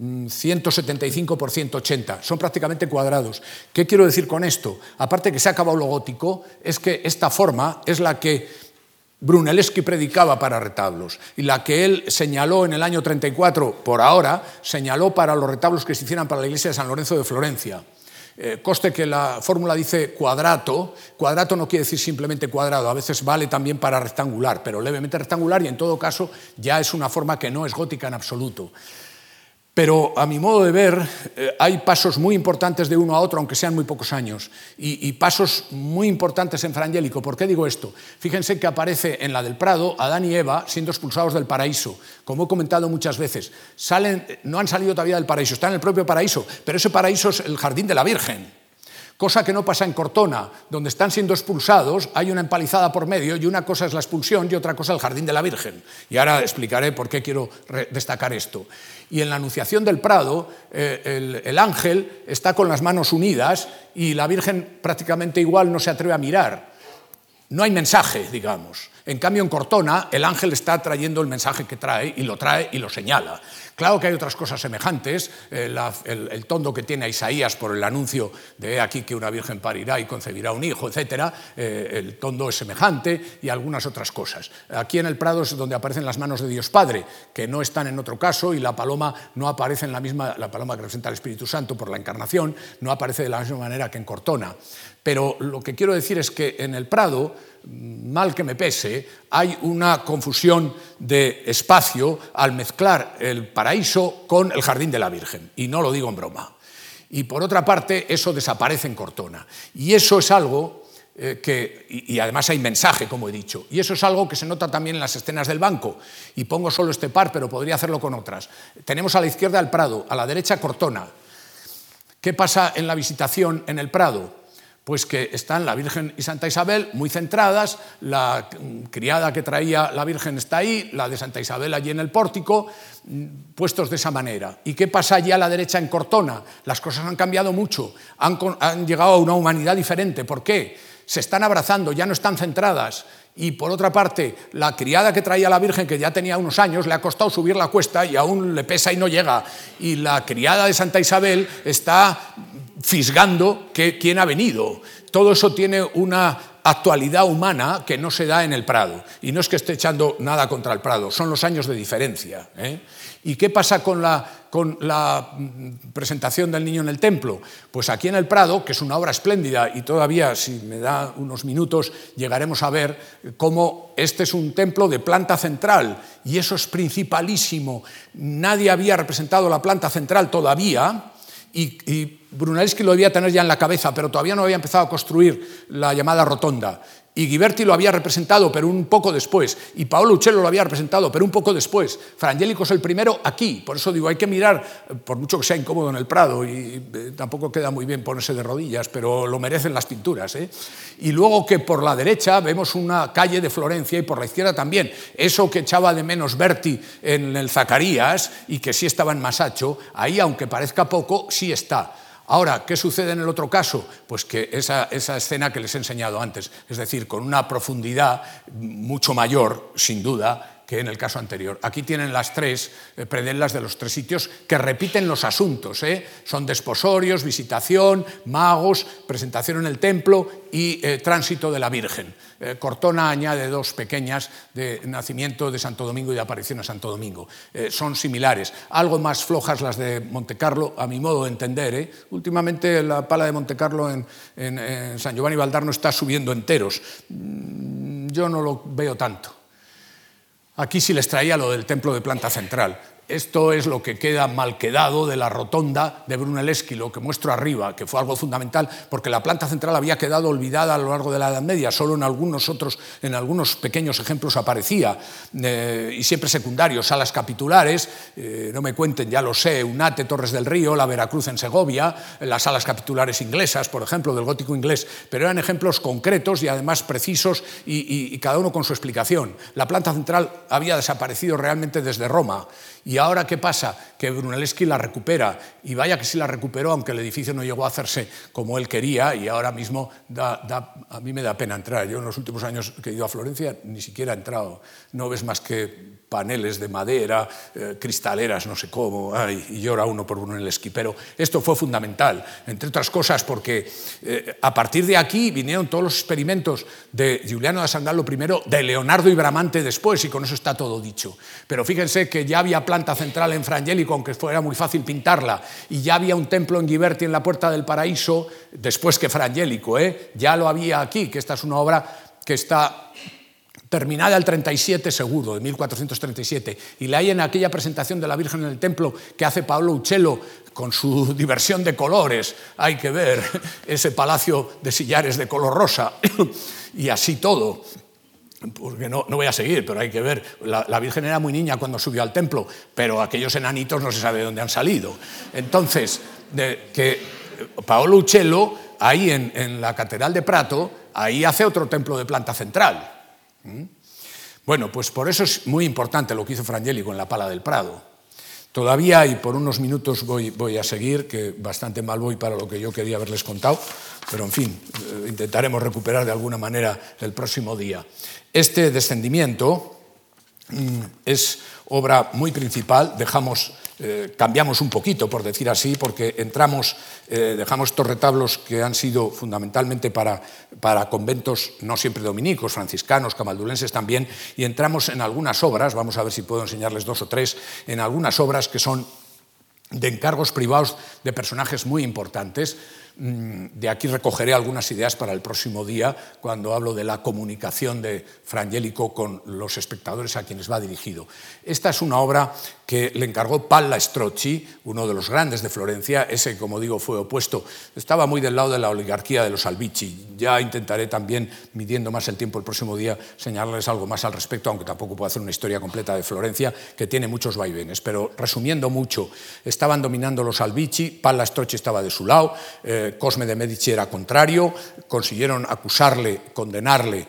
175 por 180. Son prácticamente cuadrados. ¿Qué quiero decir con esto? Aparte que se ha acabado lo gótico, es que esta forma es la que Brunelleschi predicaba para retablos, y la que él señaló en el año 34, por ahora, señaló para los retablos que se hicieran para la iglesia de San Lorenzo de Florencia. Conste que la fórmula dice cuadrato. Cuadrato no quiere decir simplemente cuadrado, a veces vale también para rectangular, pero levemente rectangular, y en todo caso ya es una forma que no es gótica en absoluto. Pero a mi modo de ver hay pasos muy importantes de uno a otro, aunque sean muy pocos años, y pasos muy importantes en Fra Angelico. ¿Por qué digo esto? Fíjense que aparece en la del Prado Adán y Eva siendo expulsados del paraíso. Como he comentado muchas veces, no han salido todavía del paraíso, están en el propio paraíso, pero ese paraíso es el jardín de la Virgen. Cosa que no pasa en Cortona, donde están siendo expulsados, hay una empalizada por medio, y una cosa es la expulsión y otra cosa el jardín de la Virgen. Y ahora explicaré por qué quiero destacar esto. Y en la Anunciación del Prado, el ángel está con las manos unidas y la Virgen prácticamente igual no se atreve a mirar. No hay mensaje, digamos. En cambio, en Cortona, el ángel está trayendo el mensaje que trae y lo señala. Claro que hay otras cosas semejantes, el tondo que tiene a Isaías por el anuncio de aquí que una virgen parirá y concebirá un hijo, etc. El tondo es semejante y algunas otras cosas. Aquí en el Prado es donde aparecen las manos de Dios Padre, que no están en otro caso, y la paloma no aparece en la misma, la paloma que representa al Espíritu Santo por la encarnación, no aparece de la misma manera que en Cortona. Pero lo que quiero decir es que en el Prado, mal que me pese, hay una confusión de espacio al mezclar el paraíso con el jardín de la Virgen, y no lo digo en broma. Y por otra parte, eso desaparece en Cortona. Y eso es algo y además hay mensaje, como he dicho, y eso es algo que se nota también en las escenas del banco, y pongo solo este par, pero podría hacerlo con otras. Tenemos a la izquierda el Prado, a la derecha Cortona. ¿Qué pasa en la visitación en el Prado? Pues que están la Virgen y Santa Isabel muy centradas, la criada que traía la Virgen está ahí, la de Santa Isabel allí en el pórtico, puestos de esa manera. ¿Y qué pasa allí a la derecha en Cortona? Las cosas han cambiado mucho, han llegado a una humanidad diferente. ¿Por qué? Se están abrazando, ya no están centradas. Y por otra parte, la criada que traía a la Virgen, que ya tenía unos años, le ha costado subir la cuesta y aún le pesa y no llega. Y la criada de Santa Isabel está fisgando quién ha venido. Todo eso tiene una actualidad humana que no se da en el Prado. Y no es que esté echando nada contra el Prado, son los años de diferencia. ¿Y qué pasa con la presentación del niño en el templo? Pues aquí en el Prado, que es una obra espléndida, y todavía, si me da unos minutos, llegaremos a ver cómo este es un templo de planta central, y eso es principalísimo. Nadie había representado la planta central todavía, y Brunelleschi lo debía tener ya en la cabeza, pero todavía no había empezado a construir la llamada rotonda. Y Ghiberti lo había representado, pero un poco después, y Paolo Uccello lo había representado, pero un poco después. Fra Angelico es el primero aquí, por eso digo, hay que mirar, por mucho que sea incómodo en el Prado, y tampoco queda muy bien ponerse de rodillas, pero lo merecen las pinturas. Y luego que por la derecha vemos una calle de Florencia, y por la izquierda también. Eso que echaba de menos Berti en el Zacarías, y que sí estaba en Masaccio, ahí, aunque parezca poco, sí está. Ahora, ¿qué sucede en el otro caso? Pues que esa escena que les he enseñado antes, es decir, con una profundidad mucho mayor, sin duda, que en el caso anterior. Aquí tienen las tres predellas de los tres sitios que repiten los asuntos. Son desposorios, visitación, magos, presentación en el templo y tránsito de la Virgen. Cortona añade dos pequeñas de nacimiento de Santo Domingo y de aparición a Santo Domingo. Son similares, algo más flojas las de Montecarlo, a mi modo de entender. Últimamente la pala de Montecarlo en San Giovanni Valdarno está subiendo enteros. Yo no lo veo tanto. Aquí sí les traía lo del templo de planta central. Esto es lo que queda mal quedado de la rotonda de Brunelleschi, lo que muestro arriba, que fue algo fundamental, porque la planta central había quedado olvidada a lo largo de la Edad Media, solo en algunos pequeños ejemplos aparecía, y siempre secundarios, salas capitulares, no me cuenten, ya lo sé, Unate, Torres del Río, la Veracruz en Segovia, las salas capitulares inglesas, por ejemplo, del gótico inglés, pero eran ejemplos concretos y además precisos y cada uno con su explicación. La planta central había desaparecido realmente desde Roma. ¿Y ahora qué pasa? Que Brunelleschi la recupera, y vaya que sí la recuperó, aunque el edificio no llegó a hacerse como él quería, y ahora mismo a mí me da pena entrar. Yo en los últimos años que he ido a Florencia ni siquiera he entrado. No ves más que paneles de madera, cristaleras, no sé cómo, y llora uno por Brunelleschi. Pero esto fue fundamental, entre otras cosas, porque a partir de aquí vinieron todos los experimentos de Giuliano da Sangallo primero, de Leonardo y Bramante después, y con eso está todo dicho. Pero fíjense que ya había planos planta central en Fra Angelico, aunque fuera muy fácil pintarla, y ya había un templo en Ghiberti en la Puerta del Paraíso, después que Fra Angelico, ya lo había aquí, que esta es una obra que está terminada el 37 seguro, de 1437, y la hay en aquella presentación de la Virgen en el templo que hace Paolo Uccello con su diversión de colores. Hay que ver ese palacio de sillares de color rosa y así todo, porque no voy a seguir, pero hay que ver. La Virgen era muy niña cuando subió al templo, pero aquellos enanitos no se sabe de dónde han salido. Entonces, que Paolo Uccello, ahí en la Catedral de Prato, ahí hace otro templo de planta central. Bueno, pues por eso es muy importante lo que hizo Fra Angelico en la Pala del Prado. Todavía, y por unos minutos voy a seguir, que bastante mal voy para lo que yo quería haberles contado, pero en fin, intentaremos recuperar de alguna manera el próximo día. Este descendimiento es obra muy principal. Cambiamos un poquito, por decir así, porque dejamos estos retablos que han sido fundamentalmente para conventos, no siempre dominicos, franciscanos, camaldulenses también, y entramos en algunas obras, vamos a ver si puedo enseñarles 2 o 3, en algunas obras que son de encargos privados de personajes muy importantes. De aquí recogeré algunas ideas para el próximo día, cuando hablo de la comunicación de Fra Angelico con los espectadores a quienes va dirigido. Esta es una obra que le encargó Palla Strozzi, uno de los grandes de Florencia. Ese, como digo, fue opuesto, estaba muy del lado de la oligarquía de los Albizzi. Ya intentaré también, midiendo más el tiempo el próximo día, señalarles algo más al respecto, aunque tampoco puedo hacer una historia completa de Florencia, que tiene muchos vaivenes. Pero resumiendo mucho, estaban dominando los Albizzi, Palla Strozzi estaba de su lado, Cosme de Medici era contrario, consiguieron acusarle, condenarle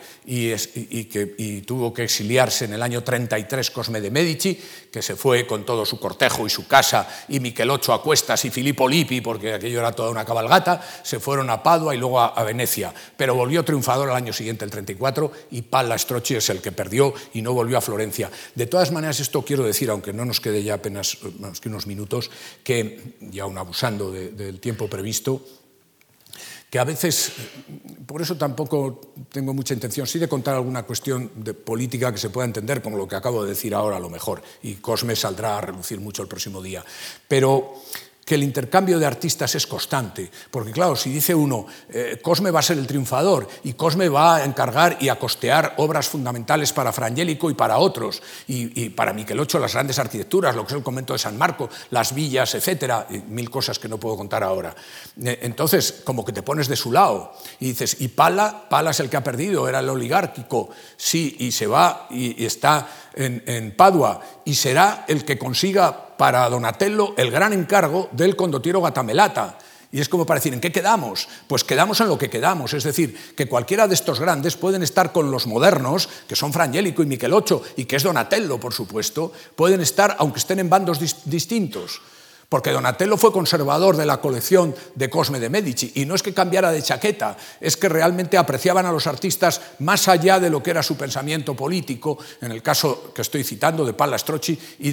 y tuvo que exiliarse en el año 33 Cosme de Medici, que se fue con todo su cortejo y su casa, y Micheloccio a cuestas y Filippo Lippi, porque aquello era toda una cabalgata, se fueron a Padua y luego a Venecia, pero volvió triunfador al año siguiente, el 34, y Palla Strozzi es el que perdió y no volvió a Florencia. De todas maneras, esto quiero decir, aunque no nos quede ya apenas más que unos minutos, que, ya aún abusando del tiempo previsto, que a veces, por eso tampoco tengo mucha intención, sí de contar alguna cuestión de política que se pueda entender, como lo que acabo de decir ahora a lo mejor, y Cosme saldrá a relucir mucho el próximo día, pero que el intercambio de artistas es constante, porque claro, si dice uno, Cosme va a ser el triunfador y Cosme va a encargar y a costear obras fundamentales para Fra Angelico y para otros, y para Micheloccio las grandes arquitecturas, lo que es el convento de San Marco, las villas, etcétera, y 1000 cosas que no puedo contar ahora. Entonces, como que te pones de su lado y dices, y Palla es el que ha perdido, era el oligárquico, sí, y se va y está en Padua, y será el que consiga para Donatello el gran encargo del condottiero Gattamelata. Y es como para decir, ¿en qué quedamos? Pues quedamos en lo que quedamos, es decir, que cualquiera de estos grandes pueden estar con los modernos, que son Fra Angelico y Micheloccio, y que es Donatello, por supuesto, pueden estar, aunque estén en bandos distintos. Porque Donatello fue conservador de la colección de Cosme de Medici, y no es que cambiara de chaqueta, es que realmente apreciaban a los artistas más allá de lo que era su pensamiento político, en el caso que estoy citando de Palla Strozzi y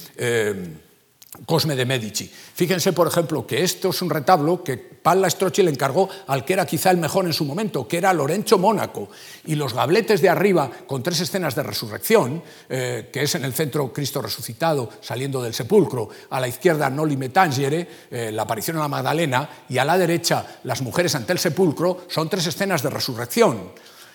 de Cosme de Medici. Fíjense, por ejemplo, que esto es un retablo que Palla Strozzi le encargó al que era quizá el mejor en su momento, que era Lorenzo Mónaco, y los gabletes de arriba, con 3 escenas de resurrección, que es en el centro Cristo resucitado saliendo del sepulcro, a la izquierda Noli me tangere, la aparición a la Magdalena, y a la derecha las mujeres ante el sepulcro, son 3 escenas de resurrección.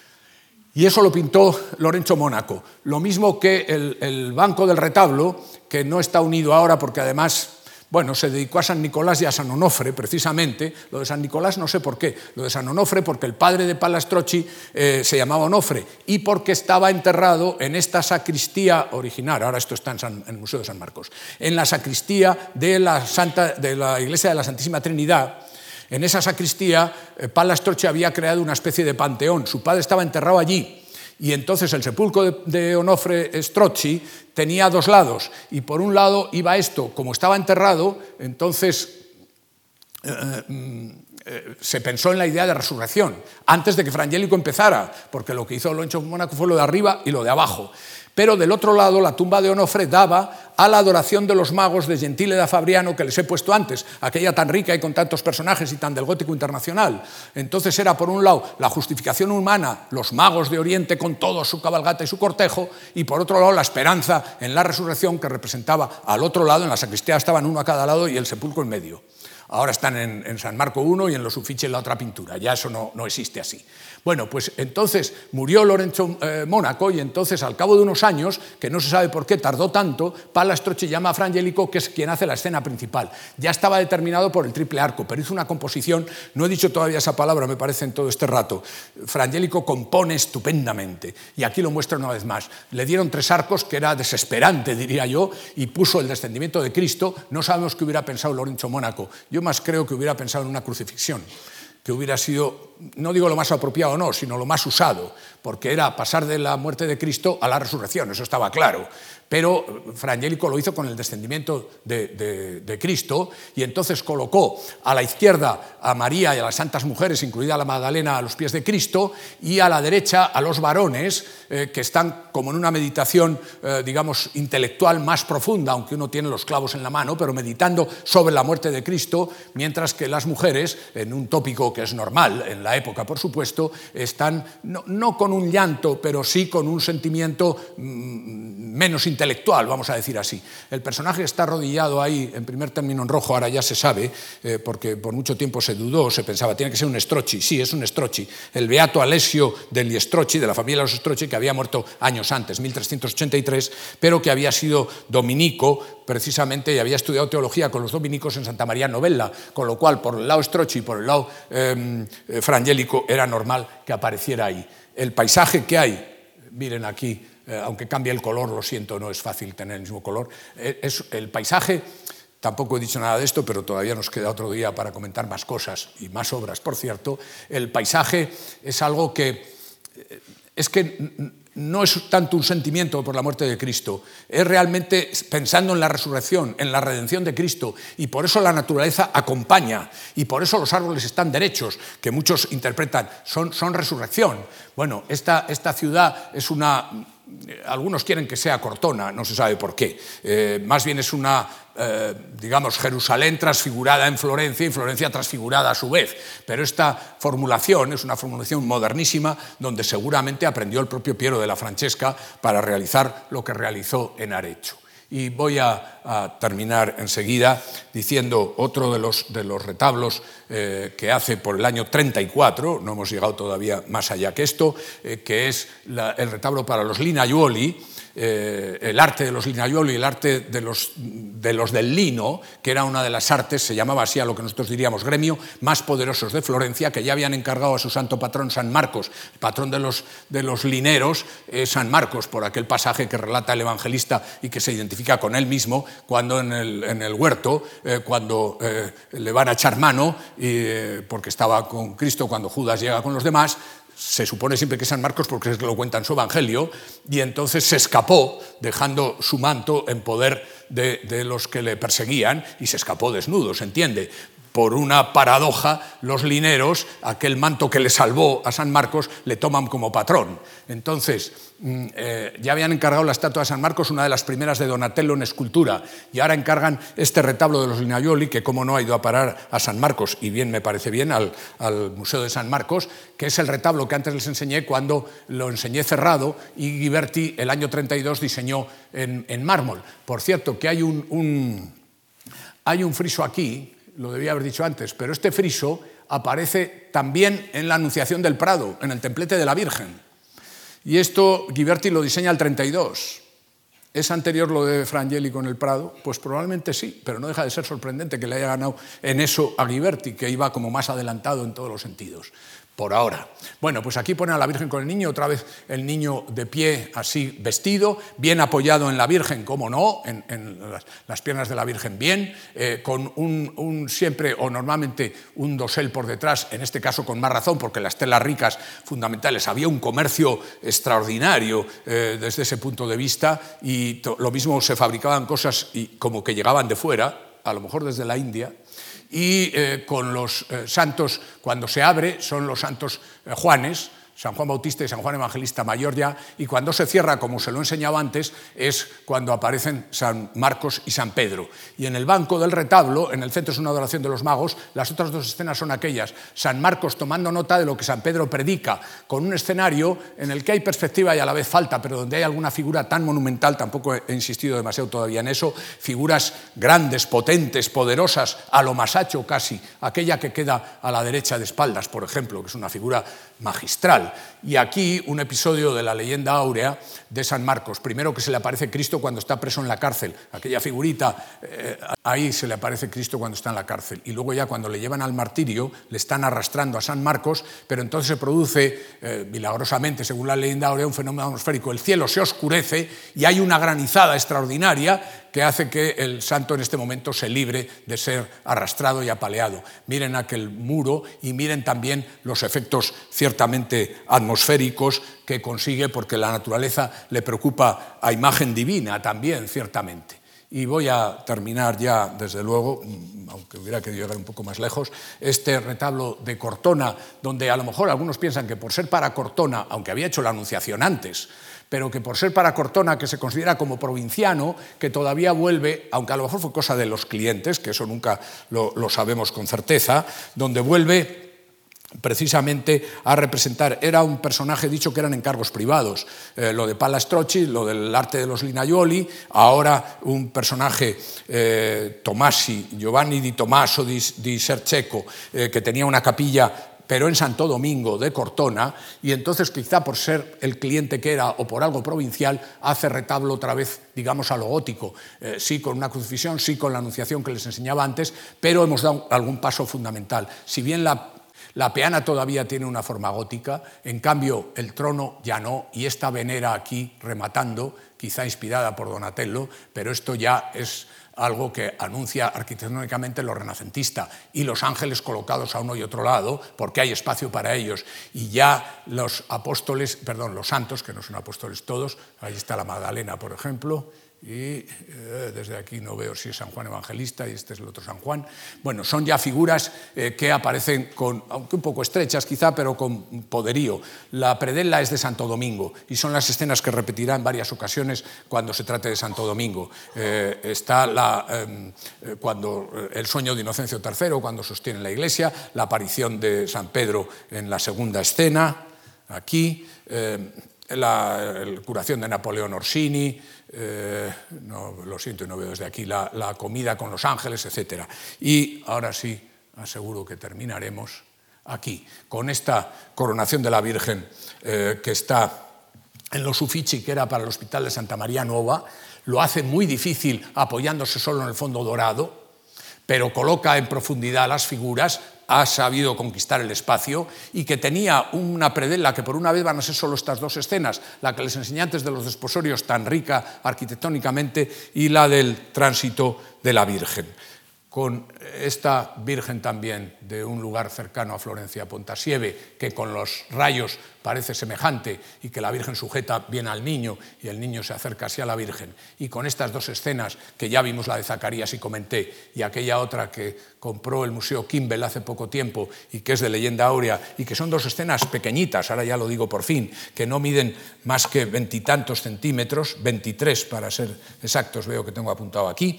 Y eso lo pintó Lorenzo Mónaco. Lo mismo que el banco del retablo, que no está unido ahora porque además, bueno, se dedicó a San Nicolás y a San Onofre, precisamente. Lo de San Nicolás no sé por qué. Lo de San Onofre porque el padre de Palla Strozzi se llamaba Onofre y porque estaba enterrado en esta sacristía original, ahora esto está en el Museo de San Marcos, en la sacristía de la Iglesia de la Santísima Trinidad. En esa sacristía, Palla Strozzi había creado una especie de panteón. Su padre estaba enterrado allí. Y entonces el sepulcro de Onofre Strozzi tenía 2 lados. Y por un lado iba esto, como estaba enterrado, entonces se pensó en la idea de resurrección, antes de que Fra Angelico empezara, porque lo que hizo Lorenzo Mónaco fue lo de arriba y lo de abajo. Pero del otro lado, la tumba de Onofre daba a la adoración de los magos de Gentile da Fabriano, que les he puesto antes, aquella tan rica y con tantos personajes y tan del gótico internacional. Entonces era, por un lado, la justificación humana, los magos de Oriente con todo su cabalgata y su cortejo, y por otro lado, la esperanza en la resurrección, que representaba al otro lado, en la sacristía estaban uno a cada lado y el sepulcro en medio. Ahora están en San Marco I y en los Uffizi en la otra pintura, ya eso no existe así. Bueno, pues entonces murió Lorenzo Mónaco y entonces al cabo de unos años, que no se sabe por qué tardó tanto, Palla Strozzi llama a Fra Angelico, que es quien hace la escena principal. Ya estaba determinado por el triple arco, pero hizo una composición, no he dicho todavía esa palabra, me parece, en todo este rato. Fra Angelico compone estupendamente y aquí lo muestra una vez más. Le dieron 3 arcos, que era desesperante, diría yo, y puso el descendimiento de Cristo. No sabemos qué hubiera pensado Lorenzo Mónaco. Yo más creo que hubiera pensado en una crucifixión, que hubiera sido, no digo lo más apropiado o no, sino lo más usado, porque era pasar de la muerte de Cristo a la resurrección, eso estaba claro. Pero Fra Angelico lo hizo con el descendimiento de Cristo y entonces colocó a la izquierda a María y a las santas mujeres, incluida la Magdalena, a los pies de Cristo, y a la derecha a los varones que están como en una meditación, digamos, intelectual más profunda, aunque uno tiene los clavos en la mano, pero meditando sobre la muerte de Cristo, mientras que las mujeres, en un tópico que es normal en la época, por supuesto, están no con un llanto, pero sí con un sentimiento menos intelectual, vamos a decir así. El personaje está arrodillado ahí, en primer término en rojo, ahora ya se sabe, porque por mucho tiempo se dudó, se pensaba, tiene que ser un Strozzi. Sí, es un Strozzi, el beato Alessio degli Strozzi, de la familia de los Strozzi, que había muerto años antes, 1383, pero que había sido dominico, precisamente, y había estudiado teología con los dominicos en Santa María Novella, con lo cual, por el lado Strozzi y por el lado Fra Angelico, era normal que apareciera ahí. El paisaje que hay, miren aquí, aunque cambie el color, lo siento, no es fácil tener el mismo color. El paisaje, tampoco he dicho nada de esto, pero todavía nos queda otro día para comentar más cosas y más obras, por cierto. El paisaje es algo que no es tanto un sentimiento por la muerte de Cristo, es realmente pensando en la resurrección, en la redención de Cristo, y por eso la naturaleza acompaña, y por eso los árboles están derechos, que muchos interpretan, son resurrección. Bueno, esta ciudad es algunos quieren que sea Cortona, no se sabe por qué, más bien es una, digamos, Jerusalén transfigurada en Florencia y Florencia transfigurada a su vez, pero esta formulación es una formulación modernísima donde seguramente aprendió el propio Piero de la Francesca para realizar lo que realizó en Arezzo. Y voy a terminar enseguida diciendo otro de los retablos que hace por el año 34, no hemos llegado todavía más allá que esto, que es el retablo para los Linaiuoli, el arte de los Linaiuoli, el arte de los del lino, que era una de las artes, se llamaba así a lo que nosotros diríamos gremio, más poderosos de Florencia, que ya habían encargado a su santo patrón San Marcos, el patrón de los lineros, San Marcos, por aquel pasaje que relata el evangelista y que se identifica con él mismo, cuando en el huerto, cuando le van a echar mano, porque estaba con Cristo cuando Judas llega con los demás, se supone siempre que es San Marcos porque es que lo cuenta en su evangelio, y entonces se escapó dejando su manto en poder de los que le perseguían y se escapó desnudo, ¿se entiende? Por una paradoja, los lineros, aquel manto que le salvó a San Marcos, le toman como patrón. Entonces, ya habían encargado la estatua de San Marcos, una de las primeras de Donatello en escultura, y ahora encargan este retablo de los Linaiuoli, que como no ha ido a parar a San Marcos, y bien me parece bien, al Museo de San Marcos, que es el retablo que antes les enseñé cuando lo enseñé cerrado, y Ghiberti el año 32 diseñó en mármol. Por cierto, que hay un friso aquí, lo debía haber dicho antes, pero este friso aparece también en la Anunciación del Prado, en el templete de la Virgen. Y esto Ghiberti lo diseña al 32. ¿Es anterior lo de Fra Angelico en el Prado? Pues probablemente sí, pero no deja de ser sorprendente que le haya ganado en eso a Ghiberti, que iba como más adelantado en todos los sentidos. Por ahora. Bueno, pues aquí pone a la Virgen con el niño, otra vez el niño de pie, así vestido, bien apoyado en la Virgen, cómo no, en las piernas de la Virgen bien, con un siempre o normalmente un dosel por detrás, en este caso con más razón, porque las telas ricas fundamentales, había un comercio extraordinario desde ese punto de vista, y lo mismo se fabricaban cosas como que llegaban de fuera, a lo mejor desde la India, y con los santos, cuando se abre, son los santos Juanes, San Juan Bautista y San Juan Evangelista Mayor ya, y cuando se cierra, como se lo he enseñado antes, es cuando aparecen San Marcos y San Pedro. Y en el banco del retablo, en el centro es una adoración de los magos, las otras dos escenas son aquellas, San Marcos tomando nota de lo que San Pedro predica, con un escenario en el que hay perspectiva y a la vez falta, pero donde hay alguna figura tan monumental, tampoco he insistido demasiado todavía en eso, figuras grandes, potentes, poderosas, a lo Masaccio casi, aquella que queda a la derecha de espaldas, por ejemplo, que es una figura magistral. Y aquí un episodio de la leyenda áurea de San Marcos. Primero que se le aparece Cristo cuando está preso en la cárcel. Aquella figurita, ahí se le aparece Cristo cuando está en la cárcel. Y luego ya cuando le llevan al martirio, le están arrastrando a San Marcos, pero entonces se produce, milagrosamente, según la leyenda áurea, un fenómeno atmosférico. El cielo se oscurece y hay una granizada extraordinaria que hace que el santo en este momento se libre de ser arrastrado y apaleado. Miren aquel muro y miren también los efectos ciertamente atmosféricos que consigue, porque la naturaleza le preocupa a imagen divina también, ciertamente. Y voy a terminar ya, desde luego, aunque hubiera querido llegar un poco más lejos, este retablo de Cortona, donde a lo mejor algunos piensan que por ser para Cortona, aunque había hecho la Anunciación antes, pero que por ser para Cortona, que se considera como provinciano, que todavía vuelve, aunque a lo mejor fue cosa de los clientes, que eso nunca lo sabemos con certeza, donde vuelve precisamente a representar, era un personaje dicho que eran encargos privados, lo de Palla Strozzi, lo del arte de los Linaioli, ahora un personaje Giovanni di Tommaso di Serceco, que tenía una capilla pero en Santo Domingo de Cortona, y entonces quizá por ser el cliente que era o por algo provincial, hace retablo otra vez, digamos, a lo gótico, sí con una crucifixión, sí con la Anunciación que les enseñaba antes, pero hemos dado algún paso fundamental. Si bien la peana todavía tiene una forma gótica, en cambio el trono ya no, y esta venera aquí rematando, quizá inspirada por Donatello, pero esto ya es algo que anuncia arquitectónicamente lo renacentista, y los ángeles colocados a uno y otro lado, porque hay espacio para ellos, y ya los santos, que no son apóstoles todos, ahí está la Magdalena, por ejemplo, y desde aquí no veo si es San Juan Evangelista y este es el otro San Juan. Bueno, son ya figuras que aparecen aunque un poco estrechas quizá, pero con poderío. La predella es de Santo Domingo y son las escenas que repetirá en varias ocasiones cuando se trate de Santo Domingo. Está cuando el sueño de Inocencio III, cuando sostiene la iglesia, la aparición de San Pedro en la segunda escena, aquí, la curación de Napoleón Orsini, no, lo siento y no veo desde aquí, la comida con los ángeles, etc. Y ahora sí, aseguro que terminaremos aquí, con esta coronación de la Virgen que está en los Uffizi, que era para el Hospital de Santa María Nuova. Lo hace muy difícil apoyándose solo en el fondo dorado, pero coloca en profundidad las figuras, ha sabido conquistar el espacio, y que tenía una predella que por una vez van a ser solo estas dos escenas, la que les enseñé antes de los desposorios, tan rica arquitectónicamente, y la del tránsito de la Virgen. Con esta Virgen también de un lugar cercano a Florencia, Pontasieve, que con los rayos parece semejante y que la Virgen sujeta bien al niño y el niño se acerca así a la Virgen. Y con estas dos escenas, que ya vimos la de Zacarías y comenté, y aquella otra que compró el Museo Kimball hace poco tiempo y que es de leyenda áurea, y que son dos escenas pequeñitas, ahora ya lo digo por fin, que no miden más que 20 y tantos centímetros, 23 para ser exactos, veo que tengo apuntado aquí.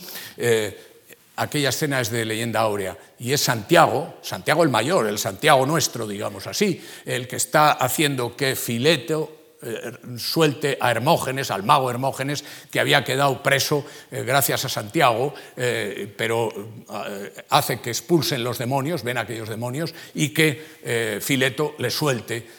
Aquella escena es de leyenda áurea y es Santiago el Mayor, el Santiago nuestro, digamos así, el que está haciendo que Fileto suelte a Hermógenes, al mago Hermógenes, que había quedado preso gracias a Santiago, pero hace que expulsen los demonios, ven aquellos demonios, y que Fileto le suelte.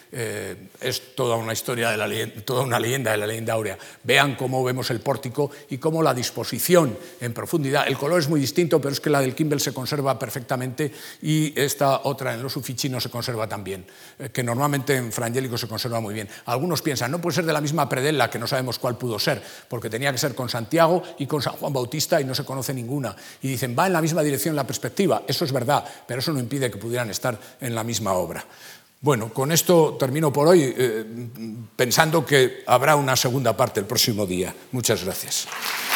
Es toda una historia de la leyenda, toda una leyenda de la leyenda áurea. Vean cómo vemos el pórtico y cómo la disposición en profundidad, el color es muy distinto, pero es que la del Kimball se conserva perfectamente y esta otra en los Uffizi no se conserva tan bien, que normalmente en Fra Angelico se conserva muy bien. Algunos piensan, no puede ser de la misma predella, que no sabemos cuál pudo ser, porque tenía que ser con Santiago y con San Juan Bautista y no se conoce ninguna. Y dicen, va en la misma dirección la perspectiva, eso es verdad, pero eso no impide que pudieran estar en la misma obra. Bueno, con esto termino por hoy, pensando que habrá una segunda parte el próximo día. Muchas gracias.